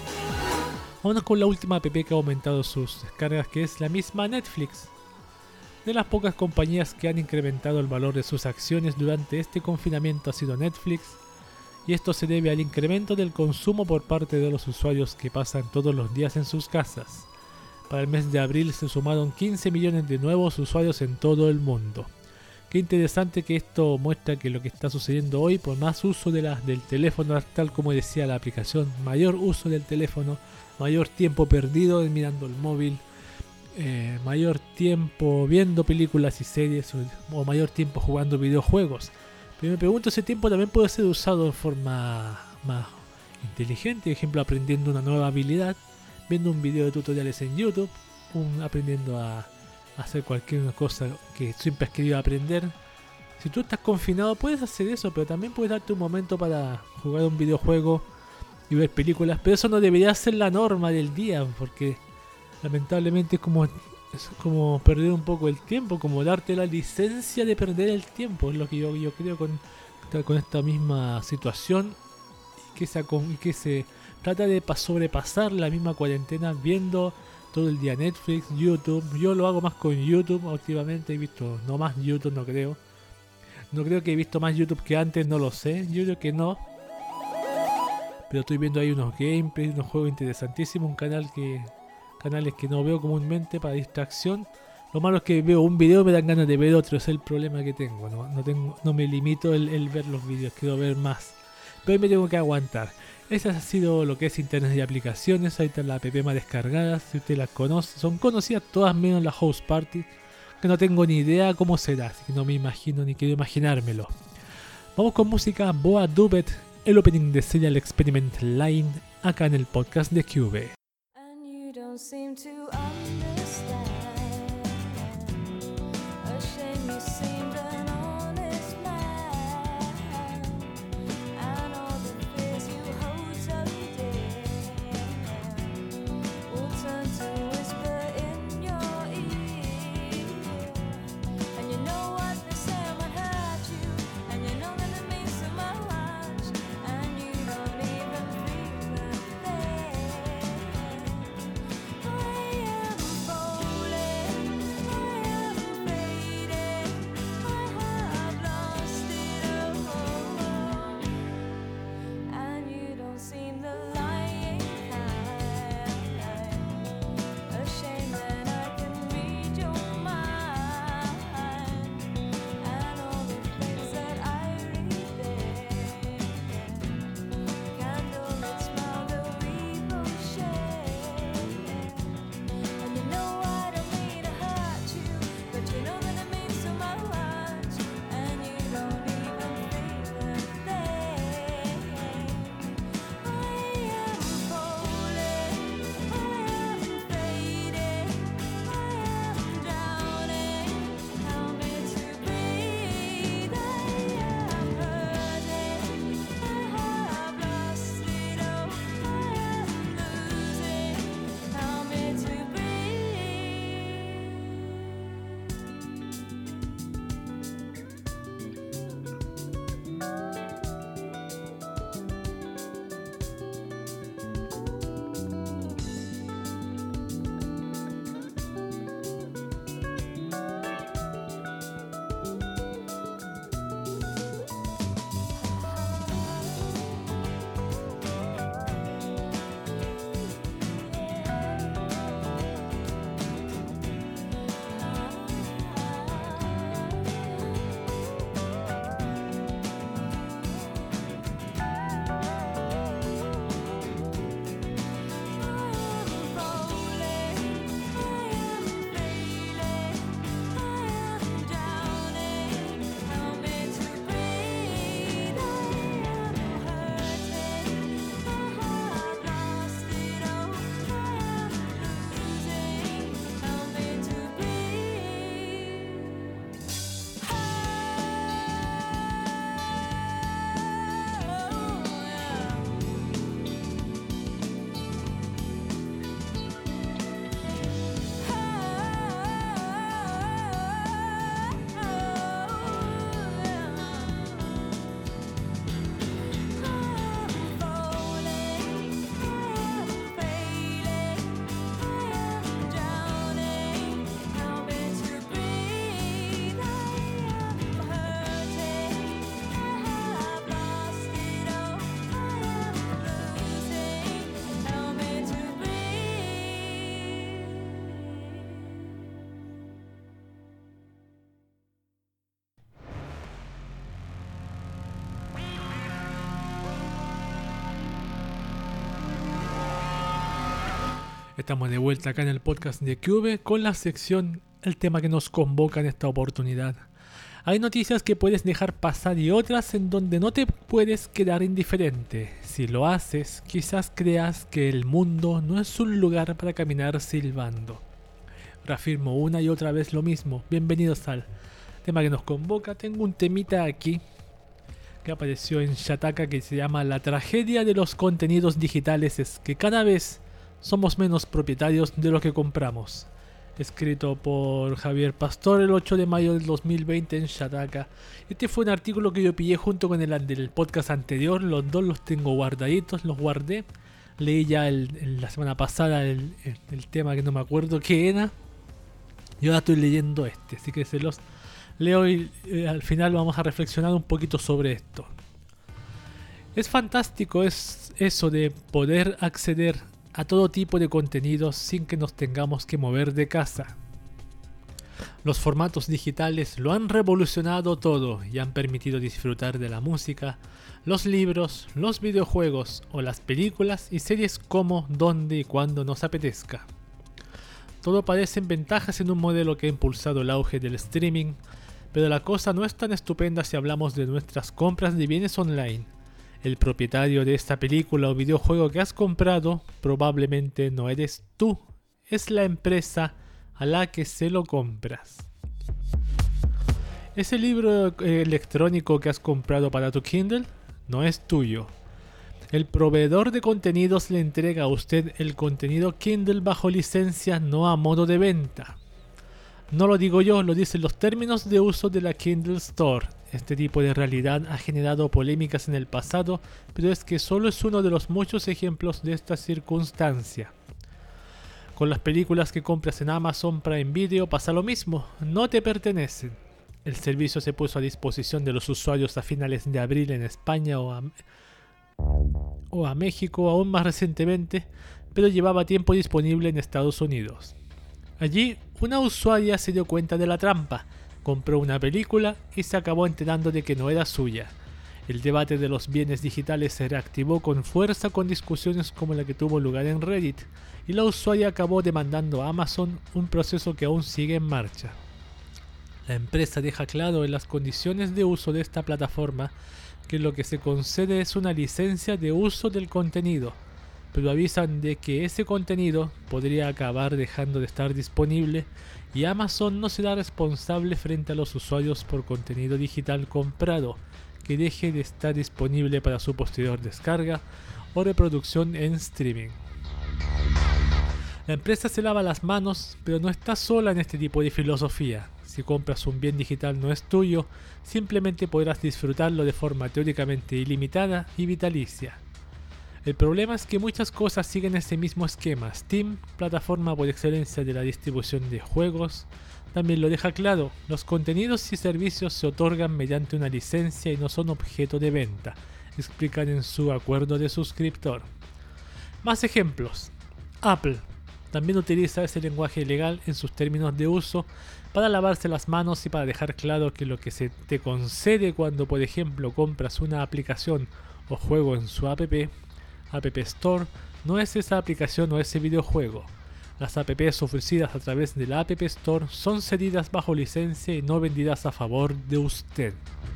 Vamos con la última app que ha aumentado sus descargas, que es la misma Netflix. De las pocas compañías que han incrementado el valor de sus acciones durante este confinamiento ha sido Netflix, y esto se debe al incremento del consumo por parte de los usuarios que pasan todos los días en sus casas. Para el mes de abril se sumaron 15 millones de nuevos usuarios en todo el mundo. Qué interesante que esto muestra que lo que está sucediendo hoy, por más uso del teléfono, tal como decía la aplicación, mayor uso del teléfono, mayor tiempo perdido mirando el móvil, mayor tiempo viendo películas y series o mayor tiempo jugando videojuegos. Pero me pregunto, ese tiempo también puede ser usado de forma más inteligente, por ejemplo aprendiendo una nueva habilidad, viendo un video de tutoriales en YouTube, aprendiendo a hacer cualquier cosa que siempre has querido aprender, Si tú estás confinado puedes hacer eso, pero también puedes darte un momento para jugar un videojuego y ver películas, pero eso no debería ser la norma del día, porque lamentablemente es como perder un poco el tiempo, como darte la licencia de perder el tiempo, es lo que yo creo con esta misma situación, y que se trata de sobrepasar la misma cuarentena viendo todo el día Netflix, YouTube. Yo lo hago más con YouTube últimamente, he visto no más YouTube, no creo que he visto más YouTube que antes, no lo sé, yo creo que no. Pero estoy viendo ahí unos gameplays, unos juegos interesantísimos, canales que no veo comúnmente para distracción. Lo malo es que veo un video y me dan ganas de ver otro, ese es el problema que tengo. No me limito el ver los videos, quiero ver más. Pero me tengo que aguantar. Ese ha sido lo que es Internet y aplicaciones. Ahí está la app más descargada, si usted las conoce. Son conocidas todas menos la House Party, que no tengo ni idea cómo será, así que no me imagino ni quiero imaginármelo. Vamos con música. Boa Dubet, el opening de Serial Experiment Line, acá en el podcast de Cube. Estamos de vuelta acá en el podcast de Cube con la sección, el tema que nos convoca en esta oportunidad. Hay noticias que puedes dejar pasar y otras en donde no te puedes quedar indiferente. Si lo haces, quizás creas que el mundo no es un lugar para caminar silbando. Reafirmo una y otra vez lo mismo. Bienvenidos al tema que nos convoca. Tengo un temita aquí que apareció en Shataka que se llama La tragedia de los contenidos digitales es que cada vez somos menos propietarios de lo que compramos. Escrito por Javier Pastor el 8 de mayo del 2020 en Shataka. Este fue un artículo que yo pillé junto con el del podcast anterior. Los dos los tengo guardaditos, los guardé. Leí ya la semana pasada el tema que no me acuerdo qué era. Y ahora estoy leyendo este, así que se los leo y al final vamos a reflexionar un poquito sobre esto. Es fantástico eso de poder acceder a todo tipo de contenidos sin que nos tengamos que mover de casa. Los formatos digitales lo han revolucionado todo y han permitido disfrutar de la música, los libros, los videojuegos o las películas y series como, donde y cuando nos apetezca. Todo parecen ventajas en un modelo que ha impulsado el auge del streaming, pero la cosa no es tan estupenda si hablamos de nuestras compras de bienes online. El propietario de esta película o videojuego que has comprado probablemente no eres tú, es la empresa a la que se lo compras. Ese libro electrónico que has comprado para tu Kindle no es tuyo. El proveedor de contenidos le entrega a usted el contenido Kindle bajo licencia, no a modo de venta. No lo digo yo, lo dicen los términos de uso de la Kindle Store. Este tipo de realidad ha generado polémicas en el pasado, pero es que solo es uno de los muchos ejemplos de esta circunstancia. Con las películas que compras en Amazon Prime Video pasa lo mismo, no te pertenecen. El servicio se puso a disposición de los usuarios a finales de abril en España o a México aún más recientemente, pero llevaba tiempo disponible en Estados Unidos. Allí, una usuaria se dio cuenta de la trampa, compró una película y se acabó enterando de que no era suya. El debate de los bienes digitales se reactivó con fuerza con discusiones como la que tuvo lugar en Reddit, y la usuaria acabó demandando a Amazon, un proceso que aún sigue en marcha. La empresa deja claro en las condiciones de uso de esta plataforma que lo que se concede es una licencia de uso del contenido, pero avisan de que ese contenido podría acabar dejando de estar disponible y Amazon no será responsable frente a los usuarios por contenido digital comprado que deje de estar disponible para su posterior descarga o reproducción en streaming. La empresa se lava las manos, pero no está sola en este tipo de filosofía. Si compras un bien digital no es tuyo, simplemente podrás disfrutarlo de forma teóricamente ilimitada y vitalicia. El problema es que muchas cosas siguen ese mismo esquema. Steam, plataforma por excelencia de la distribución de juegos, también lo deja claro. Los contenidos y servicios se otorgan mediante una licencia y no son objeto de venta, explican en su acuerdo de suscriptor. Más ejemplos. Apple también utiliza ese lenguaje legal en sus términos de uso para lavarse las manos y para dejar claro que lo que se te concede cuando, por ejemplo, compras una aplicación o juego en su App Store, no es esa aplicación o ese videojuego. Las apps ofrecidas a través de la App Store son cedidas bajo licencia y no vendidas a favor de usted.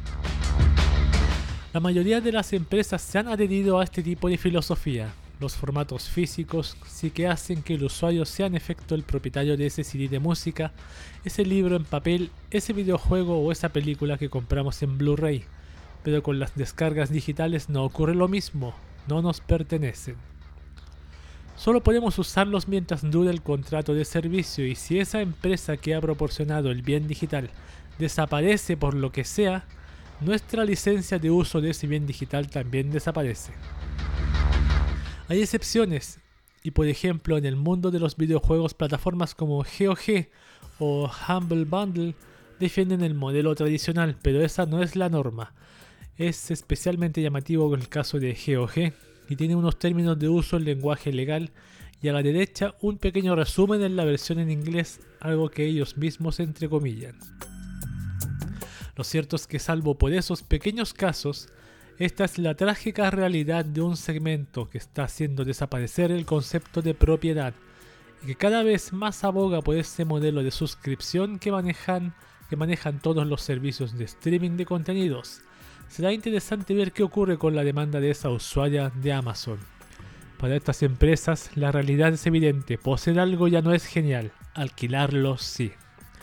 La mayoría de las empresas se han adherido a este tipo de filosofía. Los formatos físicos sí que hacen que el usuario sea en efecto el propietario de ese CD de música, ese libro en papel, ese videojuego o esa película que compramos en Blu-ray. Pero con las descargas digitales no ocurre lo mismo, no nos pertenecen. Solo podemos usarlos mientras dure el contrato de servicio y si esa empresa que ha proporcionado el bien digital desaparece por lo que sea, nuestra licencia de uso de ese bien digital también desaparece. Hay excepciones, y por ejemplo en el mundo de los videojuegos plataformas como GOG o Humble Bundle defienden el modelo tradicional, pero esa no es la norma. Es especialmente llamativo con el caso de GOG y tiene unos términos de uso en lenguaje legal y a la derecha un pequeño resumen en la versión en inglés, algo que ellos mismos entrecomillan. Lo cierto es que salvo por esos pequeños casos, esta es la trágica realidad de un segmento que está haciendo desaparecer el concepto de propiedad y que cada vez más aboga por ese modelo de suscripción que manejan todos los servicios de streaming de contenidos. Será interesante ver qué ocurre con la demanda de esa usuaria de Amazon. Para estas empresas, la realidad es evidente: poseer algo ya no es genial, alquilarlo sí.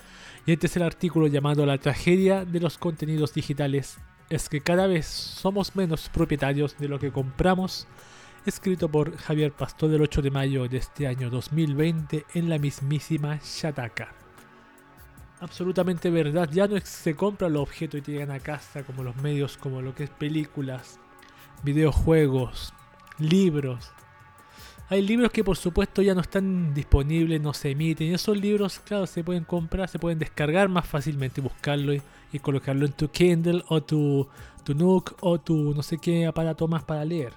Y este es el artículo llamado La tragedia de los contenidos digitales es que cada vez somos menos propietarios de lo que compramos, escrito por Javier Pastor del 8 de mayo de este año 2020 en la mismísima Shataka. Absolutamente verdad, ya no se compran los objetos y te llegan a casa como los medios, como lo que es películas, videojuegos, libros. Hay libros que por supuesto ya no están disponibles, no se emiten. Y esos libros, claro, se pueden comprar, se pueden descargar más fácilmente, buscarlo y colocarlo en tu Kindle o tu Nook o tu no sé qué aparato más para leer.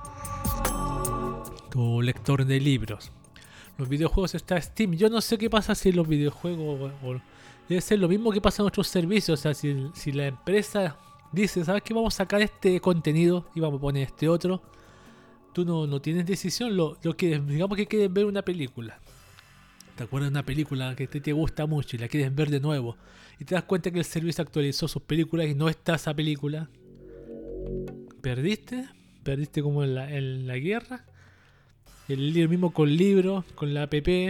Tu lector de libros. Los videojuegos está Steam. Yo no sé qué pasa si los videojuegos debe ser lo mismo que pasa en otros servicios. O sea, si la empresa dice, ¿sabes qué? Vamos a sacar este contenido y vamos a poner este otro. Tú no tienes decisión, digamos que quieres ver una película. Te acuerdas de una película que te gusta mucho y la quieres ver de nuevo. Y te das cuenta que el servicio actualizó sus películas y no está esa película. Perdiste como en la guerra. El mismo con libros, con la app.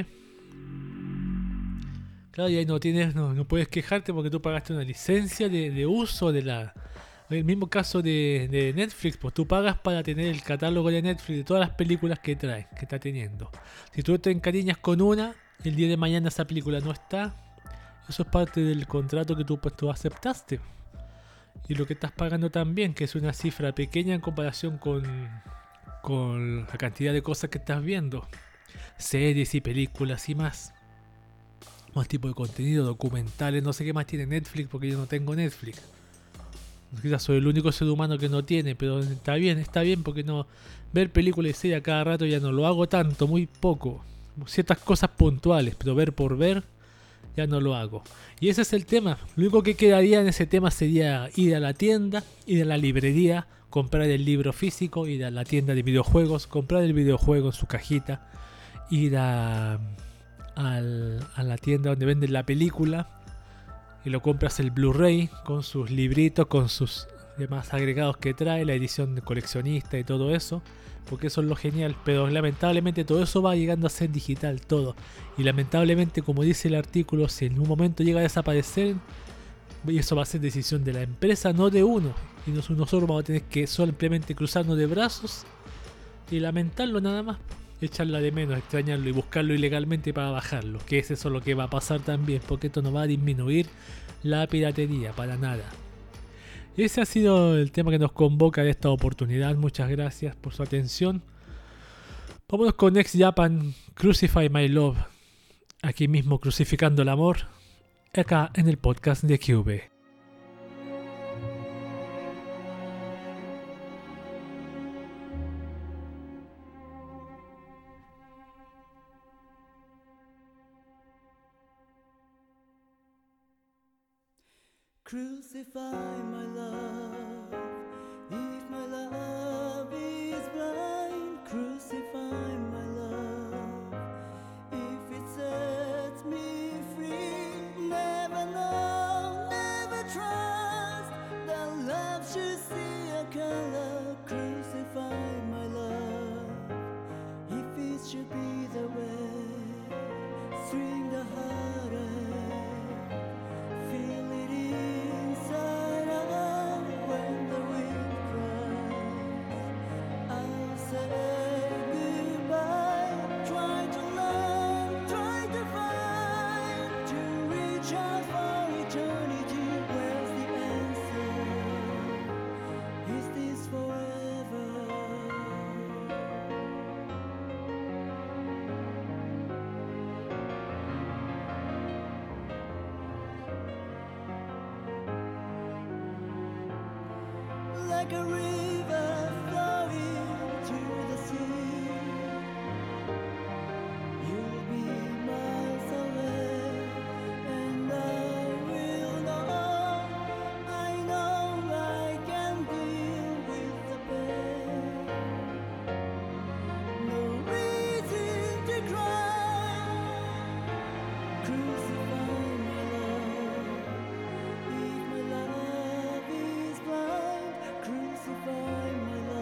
Claro, y ahí no puedes quejarte porque tú pagaste una licencia de uso de la... El mismo caso de Netflix, pues tú pagas para tener el catálogo de Netflix de todas las películas que trae, que está teniendo. Si tú te encariñas con una, el día de mañana esa película no está. Eso es parte del contrato que tú aceptaste. Y lo que estás pagando también, que es una cifra pequeña en comparación con la cantidad de cosas que estás viendo. Series y películas y más. Más tipo de contenido, documentales, no sé qué más tiene Netflix porque yo no tengo Netflix. Quizás soy el único ser humano que no tiene, pero está bien porque no ver películas y series a cada rato ya no lo hago tanto, muy poco. Ciertas cosas puntuales, pero ver por ver ya no lo hago. Y ese es el tema. Lo único que quedaría en ese tema sería ir a la tienda, ir a la librería, comprar el libro físico, ir a la tienda de videojuegos, comprar el videojuego en su cajita, ir a la tienda donde venden la película y lo compras el Blu-ray con sus libritos, con sus demás agregados que trae, la edición de coleccionista y todo eso, porque eso es lo genial. Pero lamentablemente todo eso va llegando a ser digital, todo. Y lamentablemente, como dice el artículo, si en un momento llega a desaparecer, y eso va a ser decisión de la empresa, no de uno. Y nosotros vamos a tener que simplemente cruzarnos de brazos y lamentarlo nada más. Echarla de menos, extrañarlo y buscarlo ilegalmente para bajarlo, que es eso lo que va a pasar también, porque esto no va a disminuir la piratería para nada. Ese ha sido el tema que nos convoca de esta oportunidad. Muchas gracias por su atención. Vámonos con Ex Japan, Crucify My Love, aquí mismo crucificando el amor, acá en el podcast de Cube. Crucify my love, if my love is blind. Crucify my love, if it sets me free. Never know, never trust that love should see a color. Crucify my love, if it should be the way. String the heartache, feel it inside out when the wind cries. I'll say goodbye, try to learn, try to find, to reach out for eternity. Where's the answer? Is this forever? Like a river flowing to the sea, you'll be miles away, and I will know, I know I can deal with the pain. No reason to cry, crucify my love, if my love is blind. Crucify my love.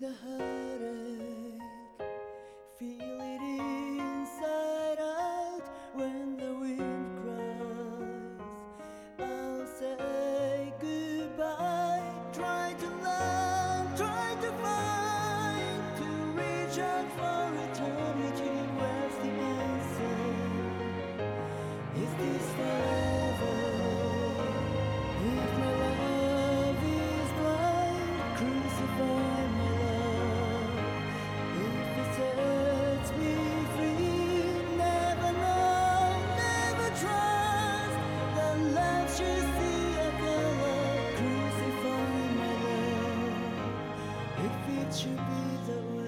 the heartache, feel it inside out when the wind cries. I'll say goodbye, try to learn, try to find, to reach out for eternity. Where's the answer? Is this forever? If my love is blind, crucify my love. If it sets me free, never know, never trust. The light should see a color, crucify my love. If it should be that way.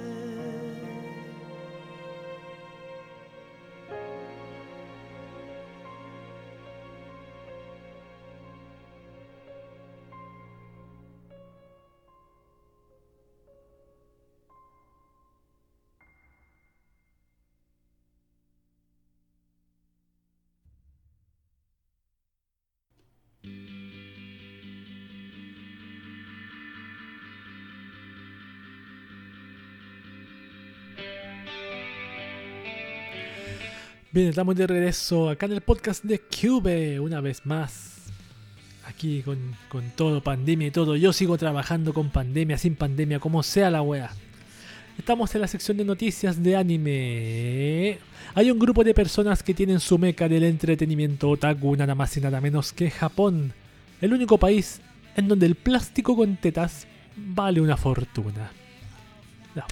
Bien, estamos de regreso acá en el podcast de Cube, una vez más. Aquí con todo, pandemia y todo. Yo sigo trabajando con pandemia, sin pandemia, como sea la wea. Estamos en la sección de noticias de anime. Hay un grupo de personas que tienen su meca del entretenimiento otaku, nada más y nada menos que Japón. El único país en donde el plástico con tetas vale una fortuna. No.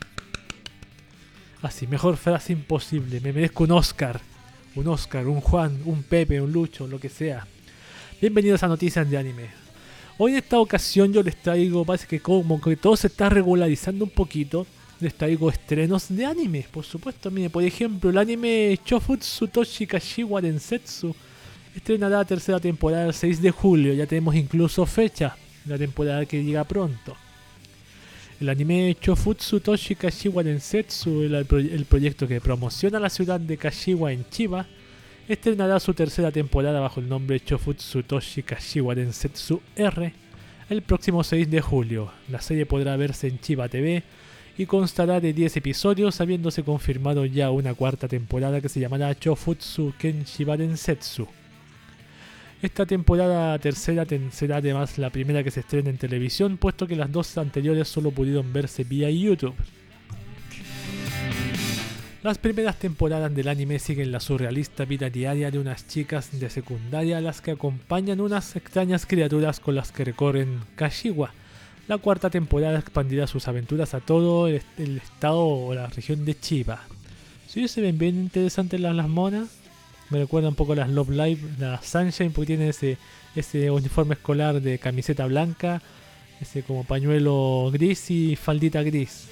Así, mejor frase imposible. Me merezco un Oscar. Un Oscar, un Juan, un Pepe, un Lucho, lo que sea. Bienvenidos a Noticias de Anime. Hoy en esta ocasión yo les traigo, parece que como que todo se está regularizando un poquito. Les traigo estrenos de anime, por supuesto. Mire, por ejemplo, el anime Chofutsu Toshi Kashiwa Densetsu estrenará la tercera temporada el 6 de julio. Ya tenemos incluso fecha, la temporada que llega pronto. El anime Chofutsu Toshi Kashiwa Densetsu, el proyecto que promociona la ciudad de Kashiwa en Chiba, estrenará su tercera temporada bajo el nombre Chofutsu Toshi Kashiwa Densetsu R el próximo 6 de julio. La serie podrá verse en Chiba TV y constará de 10 episodios, habiéndose confirmado ya una cuarta temporada que se llamará Chofutsu Kenshiba Densetsu. Esta temporada tercera será además la primera que se estrena en televisión, puesto que las dos anteriores solo pudieron verse vía YouTube. Las primeras temporadas del anime siguen la surrealista vida diaria de unas chicas de secundaria a las que acompañan unas extrañas criaturas con las que recorren Kashiwa. La cuarta temporada expandirá sus aventuras a todo el estado o la región de Chiba. Sí, se ven bien interesantes las monas. Me recuerda un poco a las Love Live, la Sunshine, porque tiene ese uniforme escolar de camiseta blanca, ese como pañuelo gris y faldita gris.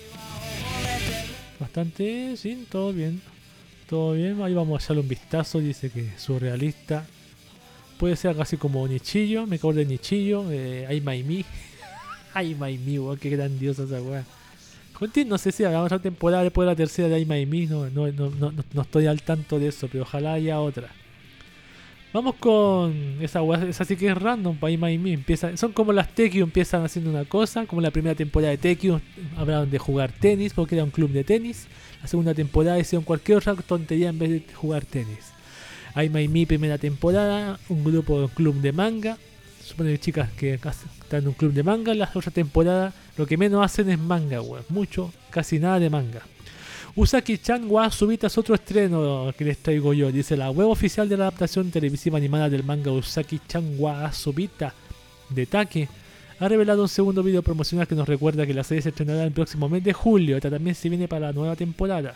Bastante, sí, todo bien. Todo bien, ahí vamos a echarle un vistazo. Dice que es surrealista. Puede ser algo así como Nichillo, me acuerdo de Nichillo, Ai Maimi. Ai Maimi, weón, qué grandiosa esa weá. No sé si habrá otra temporada después de la tercera de Ai Maimi, no estoy al tanto de eso, pero ojalá haya otra. Vamos con esa weá, esa sí que es random, Ai Maimi. Son como las Tekio, empiezan haciendo una cosa, como la primera temporada de Tekio, hablaron de jugar tenis, porque era un club de tenis. La segunda temporada hicieron cualquier otra tontería en vez de jugar tenis. Ai Maimi, primera temporada, un club de manga. Supone que chicas que están en un club de manga. La otra temporada lo que menos hacen es manga, weón. Mucho, casi nada de manga. Usaki-chan wa Subita es otro estreno que les traigo yo. Dice la web oficial de la adaptación televisiva animada del manga Usaki-chan wa Subita de Take ha revelado un segundo video promocional que nos recuerda que la serie se estrenará el próximo mes de julio. Esta también se viene para la nueva temporada.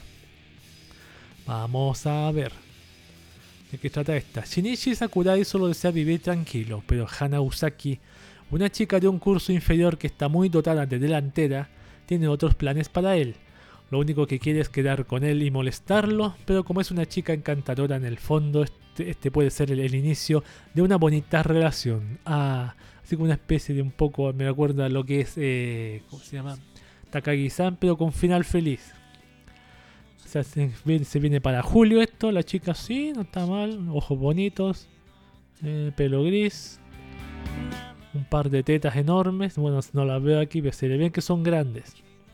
Vamos a ver ¿de qué trata esta? Shinichi Sakurai solo desea vivir tranquilo, pero Hana Usaki, una chica de un curso inferior que está muy dotada de delantera, tiene otros planes para él. Lo único que quiere es quedar con él y molestarlo, pero como es una chica encantadora en el fondo, este puede ser el inicio de una bonita relación. Así como una especie de un poco, me recuerda a lo que es, ¿cómo se llama? Takagi-san, pero con final feliz. O sea, se viene para julio esto. La chica sí, no está mal. Ojos bonitos. Pelo gris. Un par de tetas enormes. Bueno, no las veo aquí, pero se le ven que son grandes.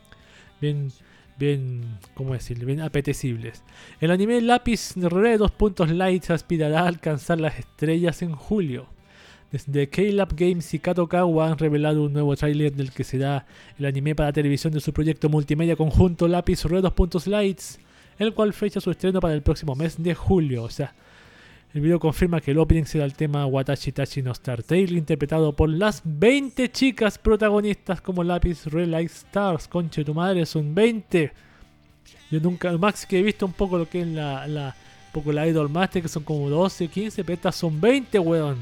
¿cómo decirlo? Bien apetecibles. El anime Lápiz Re Lights aspirará a alcanzar las estrellas en julio. Desde K-Lab Games y Kadokawa han revelado un nuevo tráiler del que será el anime para televisión de su proyecto multimedia conjunto Lápiz Re Lights, el cual fecha su estreno para el próximo mes de julio. O sea, el video confirma que el opening será el tema Watashi Tachi no Star Tale, interpretado por las 20 chicas protagonistas como Lápiz Re Light Stars. Conche tu madre, son 20. Yo nunca, Max, que he visto un poco lo que es un poco la Idol Master, que son como 12, 15, pero estas son 20, weón.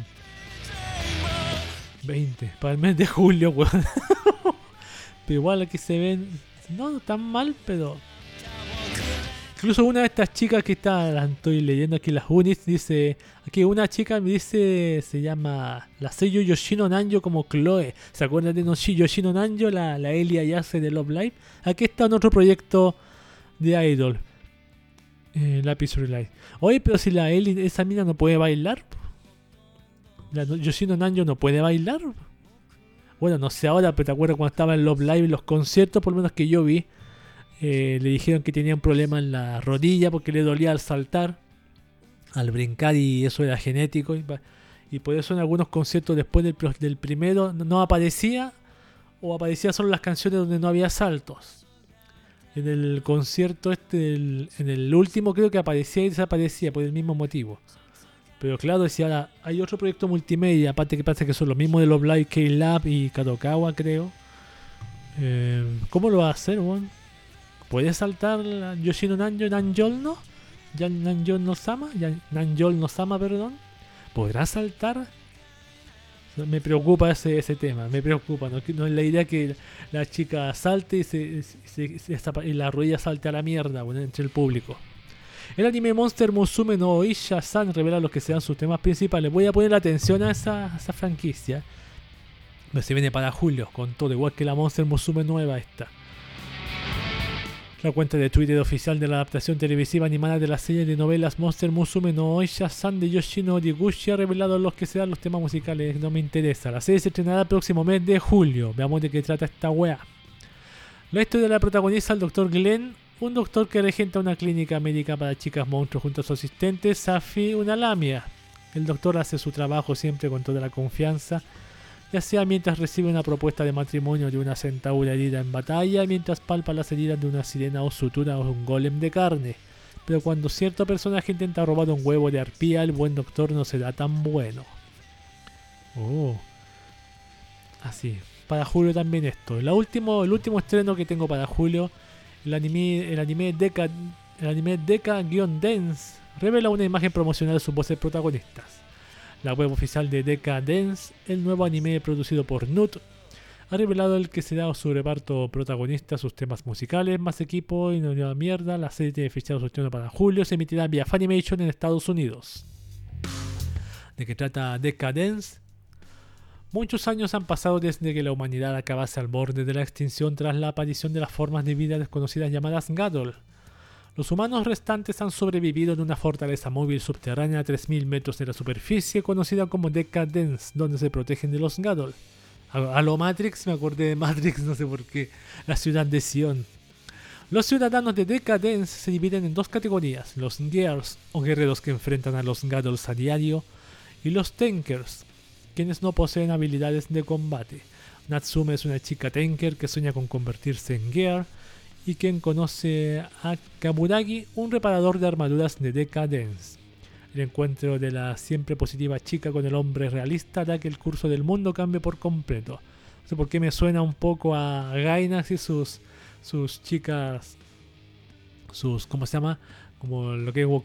20, para el mes de julio, weón. Pero igual aquí se ven, no tan mal, pero... Incluso una de estas chicas que estoy leyendo aquí las unis, dice, aquí una chica me dice, se llama la sello Yoshino Nanjo como Chloe. ¿Se acuerdan de Yoshino Nanjo, la Elia Ayase de Love Live? Aquí está en otro proyecto de idol, Lápiz Relight. Oye, pero si la Eli, esa mina no puede bailar, la Yoshino Nanjo no puede bailar. Bueno, no sé ahora, pero te acuerdas cuando estaba en Love Live, los conciertos, por lo menos que yo vi, le dijeron que tenía un problema en la rodilla porque le dolía al saltar, al brincar, y eso era genético. Y por eso en algunos conciertos después del primero no aparecía, o aparecía solo las canciones donde no había saltos. En el concierto en el último creo que aparecía y desaparecía por el mismo motivo. Pero claro, si ahora hay otro proyecto multimedia, aparte que pasa que son los mismos de Love Live, K-Lab y Kadokawa, creo. ¿Cómo lo va a hacer, weón? ¿Puede saltar Yoshino Nanjo Nanjol no? Nanjol no Sama, perdón. ¿Podrá saltar? Me preocupa ese tema, me preocupa. No es la idea que la chica salte y la rodilla salte a la mierda, bueno, entre el público. El anime Monster Musume no Oisha-san revela los que serán sus temas principales. Voy a poner atención a esa franquicia. Se viene para julio, con todo, igual que la Monster Musume nueva esta. La cuenta de Twitter oficial de la adaptación televisiva animada de la serie de novelas Monster Musume no Oisha-san de Yoshino Origuchi ha revelado los que serán los temas musicales. No me interesa. La serie se estrenará el próximo mes de julio. Veamos de qué trata esta wea. La historia la protagoniza el Dr. Glenn, un doctor que regenta una clínica médica para chicas monstruos junto a su asistente Safi, una lamia. El doctor hace su trabajo siempre con toda la confianza, ya sea mientras recibe una propuesta de matrimonio de una centaura herida en batalla, mientras palpa las heridas de una sirena o sutura o un golem de carne. Pero cuando cierto personaje intenta robar un huevo de arpía, el buen doctor no será tan bueno. Así. Para julio también esto. El último estreno que tengo para julio, el anime Deca-Dance revela una imagen promocional de sus voces protagonistas. La web oficial de Deca-Dance, el nuevo anime producido por Nut, ha revelado el que será su reparto protagonista, sus temas musicales, más equipo y una nueva mierda. La serie tiene fechado su estreno para julio, se emitirá vía Funimation en Estados Unidos. ¿De qué trata Deca-Dance? Muchos años han pasado desde que la humanidad acabase al borde de la extinción tras la aparición de las formas de vida desconocidas llamadas Gadol. Los humanos restantes han sobrevivido en una fortaleza móvil subterránea a 3000 metros de la superficie, conocida como Deca-Dance, donde se protegen de los Gadol. A lo Matrix, me acordé de Matrix, no sé por qué. La ciudad de Sion. Los ciudadanos de Deca-Dance se dividen en dos categorías: los Gears, o guerreros que enfrentan a los Gadols a diario, y los Tankers, quienes no poseen habilidades de combate. Natsume es una chica tanker que sueña con convertirse en Gear, y quien conoce a Kaburagi, un reparador de armaduras de Deca-Dance. El encuentro de la siempre positiva chica con el hombre realista hará que el curso del mundo cambie por completo. No sé por qué me suena un poco a Gainax y sus chicas, ¿cómo se llama? Como lo que es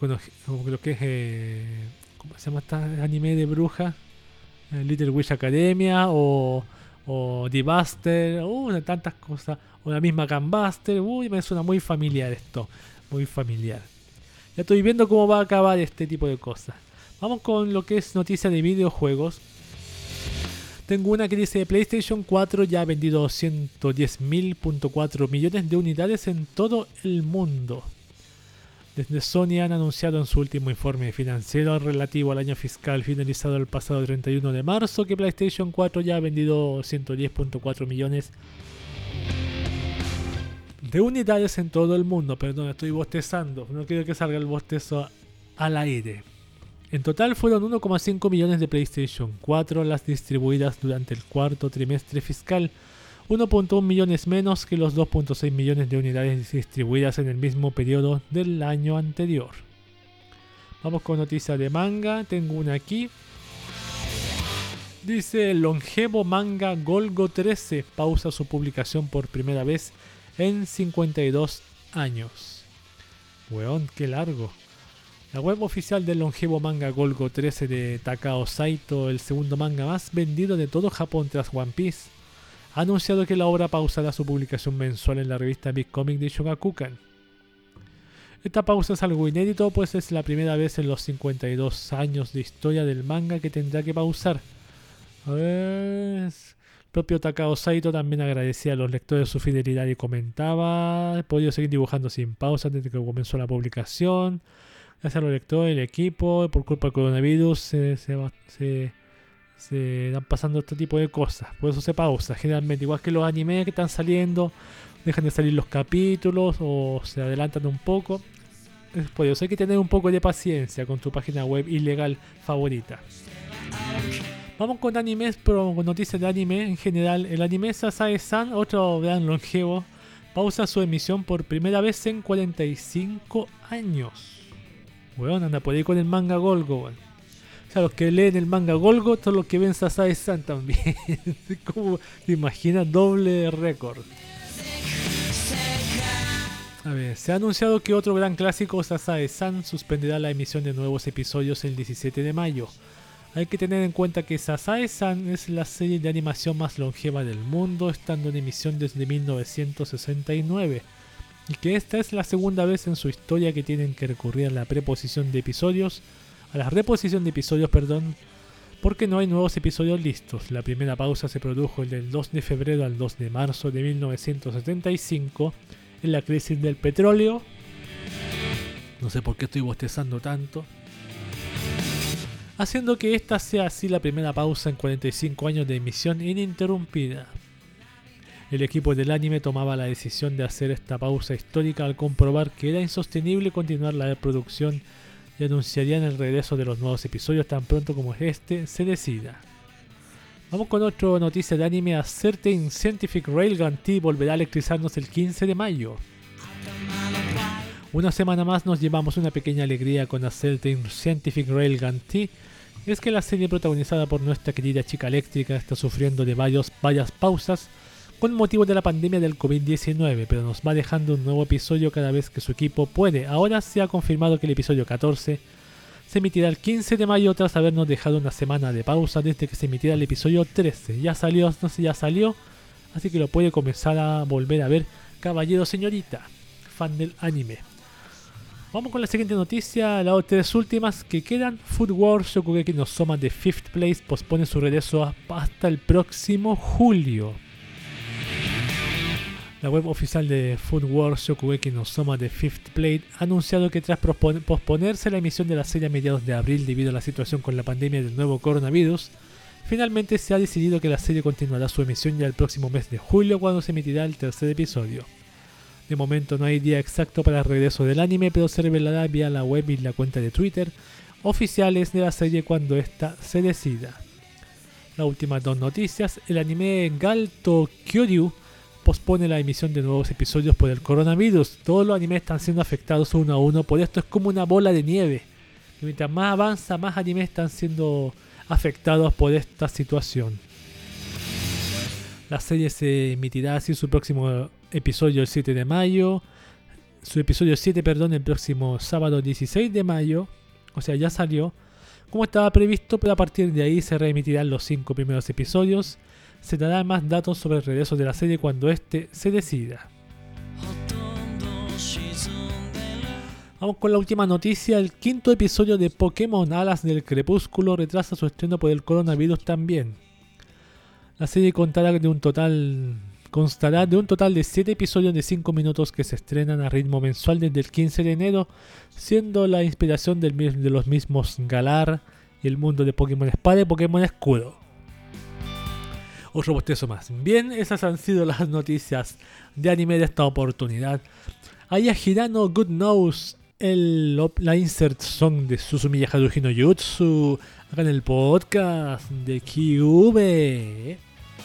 ¿cómo se llama este anime de bruja? Little Witch Academia o D-Buster, tantas cosas, o la misma Gunbuster. Me suena muy familiar esto, muy familiar. Ya estoy viendo cómo va a acabar este tipo de cosas. Vamos con lo que es noticia de videojuegos. Tengo una que dice: PlayStation 4 ya ha vendido 110.4 millones de unidades en todo el mundo. Desde Sony han anunciado en su último informe financiero relativo al año fiscal finalizado el pasado 31 de marzo que PlayStation 4 ya ha vendido 110.4 millones de unidades en todo el mundo. Perdón, estoy bostezando. No quiero que salga el bostezo al aire. En total fueron 1,5 millones de PlayStation 4 las distribuidas durante el cuarto trimestre fiscal, 1.1 millones menos que los 2.6 millones de unidades distribuidas en el mismo periodo del año anterior. Vamos con noticias de manga, tengo una aquí. Dice: el longevo manga Golgo 13 pausa su publicación por primera vez en 52 años. Weón, qué largo. La web oficial del longevo manga Golgo 13 de Takao Saito, el segundo manga más vendido de todo Japón tras One Piece, ha anunciado que la obra pausará su publicación mensual en la revista Big Comic de Shogakukan. Esta pausa es algo inédito, pues es la primera vez en los 52 años de historia del manga que tendrá que pausar. A ver... El propio Takao Saito también agradecía a los lectores su fidelidad y comentaba: he podido seguir dibujando sin pausa desde que comenzó la publicación. Gracias a los lectores, el equipo, por culpa del coronavirus se están pasando este tipo de cosas. Por eso se pausa. Generalmente, igual que los animes que están saliendo, dejan de salir los capítulos o se adelantan un poco. Es por eso hay que tener un poco de paciencia con tu página web ilegal favorita. Vamos con animes, pero con noticias de anime en general. El anime Sasae-san, otro gran longevo, pausa su emisión por primera vez en 45 años. Weón, anda por ahí con el manga Golgo, weón. O sea, los que leen el manga Golgo son los que ven Sasae-san también. Como te imaginas, doble récord. A ver, se ha anunciado que otro gran clásico, Sasae-san, suspenderá la emisión de nuevos episodios el 17 de mayo. Hay que tener en cuenta que Sasae-san es la serie de animación más longeva del mundo, estando en emisión desde 1969. Y que esta es la segunda vez en su historia que tienen que recurrir a la reposición de episodios, porque no hay nuevos episodios listos. La primera pausa se produjo del 2 de febrero al 2 de marzo de 1975, en la crisis del petróleo. No sé por qué estoy bostezando tanto. Haciendo que esta sea así la primera pausa en 45 años de emisión ininterrumpida. El equipo del anime tomaba la decisión de hacer esta pausa histórica al comprobar que era insostenible continuar la producción y anunciarían el regreso de los nuevos episodios tan pronto como este se decida. Vamos con otra noticia de anime. A Certain Scientific Railgun T volverá a electrizarnos el 15 de mayo. Una semana más nos llevamos una pequeña alegría con A Certain Scientific Railgun T. Es que la serie protagonizada por nuestra querida chica eléctrica está sufriendo de varias pausas con motivo de la pandemia del COVID-19, pero nos va dejando un nuevo episodio cada vez que su equipo puede. Ahora se ha confirmado que el episodio 14 se emitirá el 15 de mayo tras habernos dejado una semana de pausa desde que se emitiera el episodio 13. Ya salió, así que lo puede comenzar a volver a ver, caballero, señorita, fan del anime. Vamos con la siguiente noticia, las tres últimas que quedan. Food Wars Shokugeki no Soma de Fifth Place pospone su regreso hasta el próximo julio. La web oficial de Food Wars Shokugeki no Soma de Fifth Plate ha anunciado que tras posponerse la emisión de la serie a mediados de abril debido a la situación con la pandemia del nuevo coronavirus, finalmente se ha decidido que la serie continuará su emisión ya el próximo mes de julio, cuando se emitirá el tercer episodio. De momento no hay día exacto para el regreso del anime, pero se revelará vía la web y la cuenta de Twitter oficiales de la serie cuando ésta se decida. Las últimas dos noticias: el anime Galto Kyoryu pospone la emisión de nuevos episodios por el coronavirus. Todos los animes están siendo afectados uno a uno, por esto es como una bola de nieve. Y mientras más avanza, más animes están siendo afectados por esta situación. La serie se emitirá así su próximo episodio el 7 de mayo. Su episodio 7, el próximo sábado 16 de mayo. O sea, ya salió como estaba previsto, pero a partir de ahí se reemitirán los 5 primeros episodios. Se darán más datos sobre el regreso de la serie cuando este se decida. Vamos con la última noticia. El quinto episodio de Pokémon Alas del Crepúsculo retrasa su estreno por el coronavirus también. La serie constará de un total de 7 episodios de 5 minutos que se estrenan a ritmo mensual desde el 15 de enero, siendo la inspiración de los mismos Galar y el mundo de Pokémon Espada y Pokémon Escudo. otro bostezo más. Bien, esas han sido las noticias de anime de esta oportunidad. Aya Hirano Good Knows, la insert song de Suzumiya Haruhi no Jutsu, acá en el podcast de QV.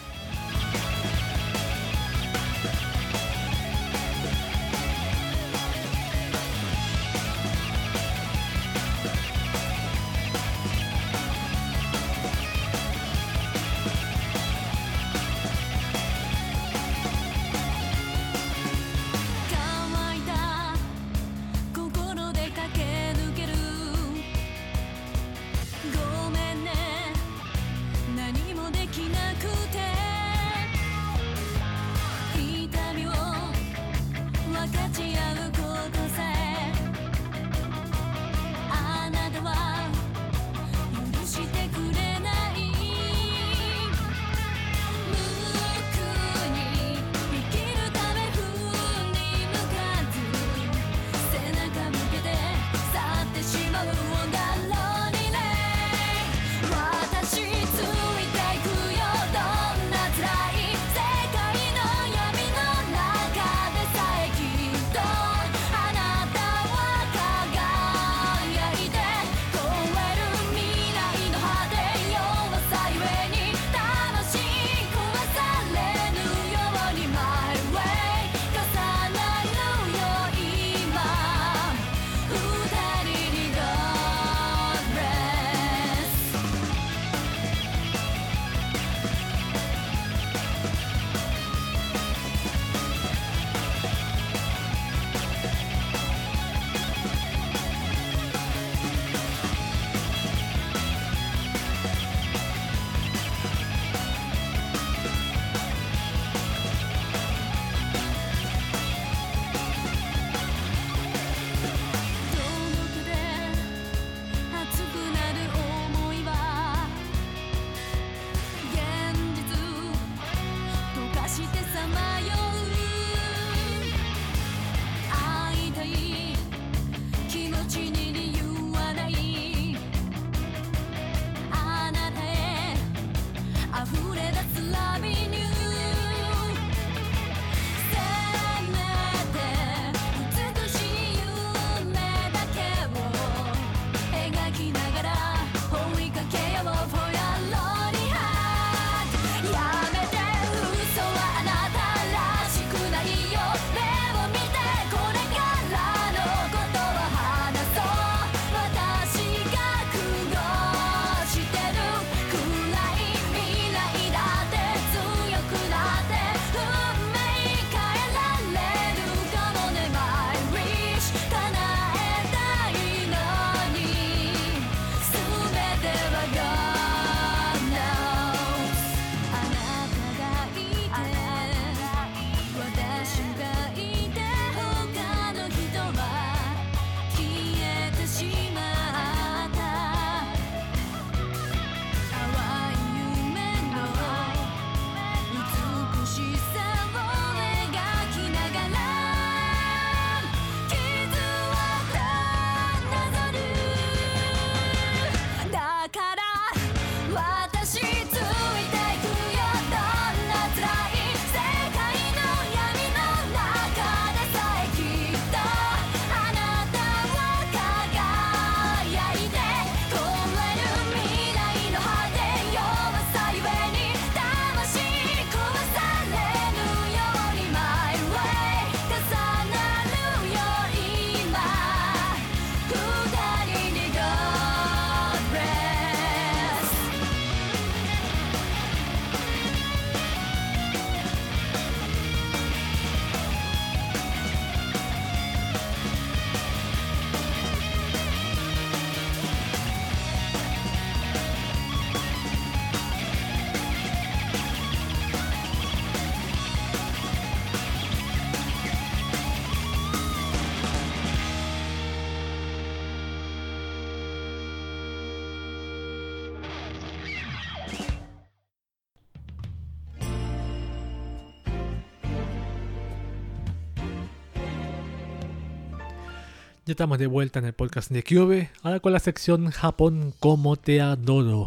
Ya estamos de vuelta en el podcast de Cube, ahora con la sección Japón como te adoro.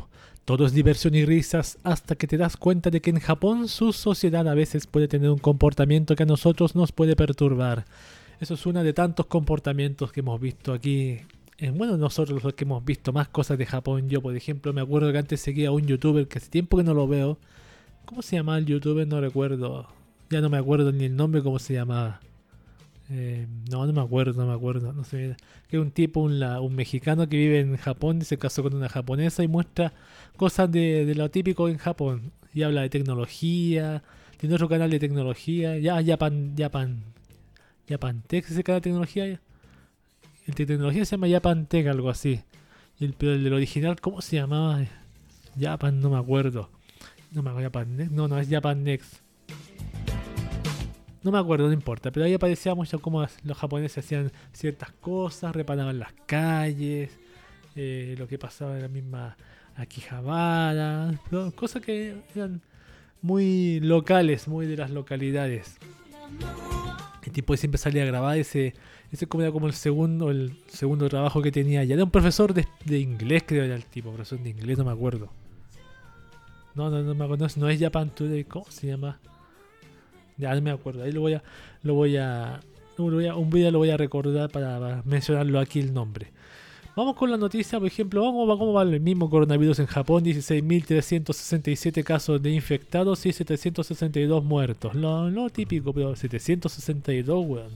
Todo es diversión y risas hasta que te das cuenta de que en Japón su sociedad a veces puede tener un comportamiento que a nosotros nos puede perturbar. Eso es uno de tantos comportamientos que hemos visto aquí. Bueno, nosotros los que hemos visto más cosas de Japón. Yo, por ejemplo, me acuerdo que antes seguía a un youtuber que hace tiempo que no lo veo. ¿Cómo se llamaba el youtuber? No recuerdo. Ya no me acuerdo ni el nombre, cómo se llamaba. No me acuerdo. No sé. Que es un tipo, un mexicano que vive en Japón y se casó con una japonesa y muestra cosas de lo típico en Japón. Y habla de tecnología. Tiene otro canal de tecnología. Japantech, ese canal de tecnología. El de tecnología se llama Japantech, algo así. Pero el del original, ¿cómo se llamaba? No me acuerdo. No me acuerdo. Japannext. No es Japannext. No me acuerdo, no importa. Pero ahí aparecía mucho cómo los japoneses hacían ciertas cosas, reparaban las calles, lo que pasaba en la misma Akihabara, cosas que eran muy locales, muy de las localidades. El tipo siempre salía a grabar ese como era como el segundo trabajo que tenía ya. Era un profesor de inglés, creo era el tipo, profesor de inglés, no me acuerdo. No me acuerdo, no es Japan Today, ¿cómo se llama? Ya no me acuerdo, ahí un día lo voy a recordar para mencionarlo aquí el nombre. Vamos con la noticia, por ejemplo, cómo va el mismo coronavirus en Japón. 16.367 casos de infectados y 762 muertos. Lo típico, pero 762, weón.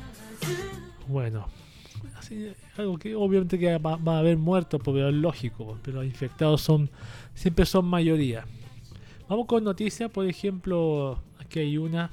Bueno, así, algo que obviamente que va a haber muertos, pero es lógico, pero los infectados siempre son mayoría. Vamos con noticias, por ejemplo, aquí hay una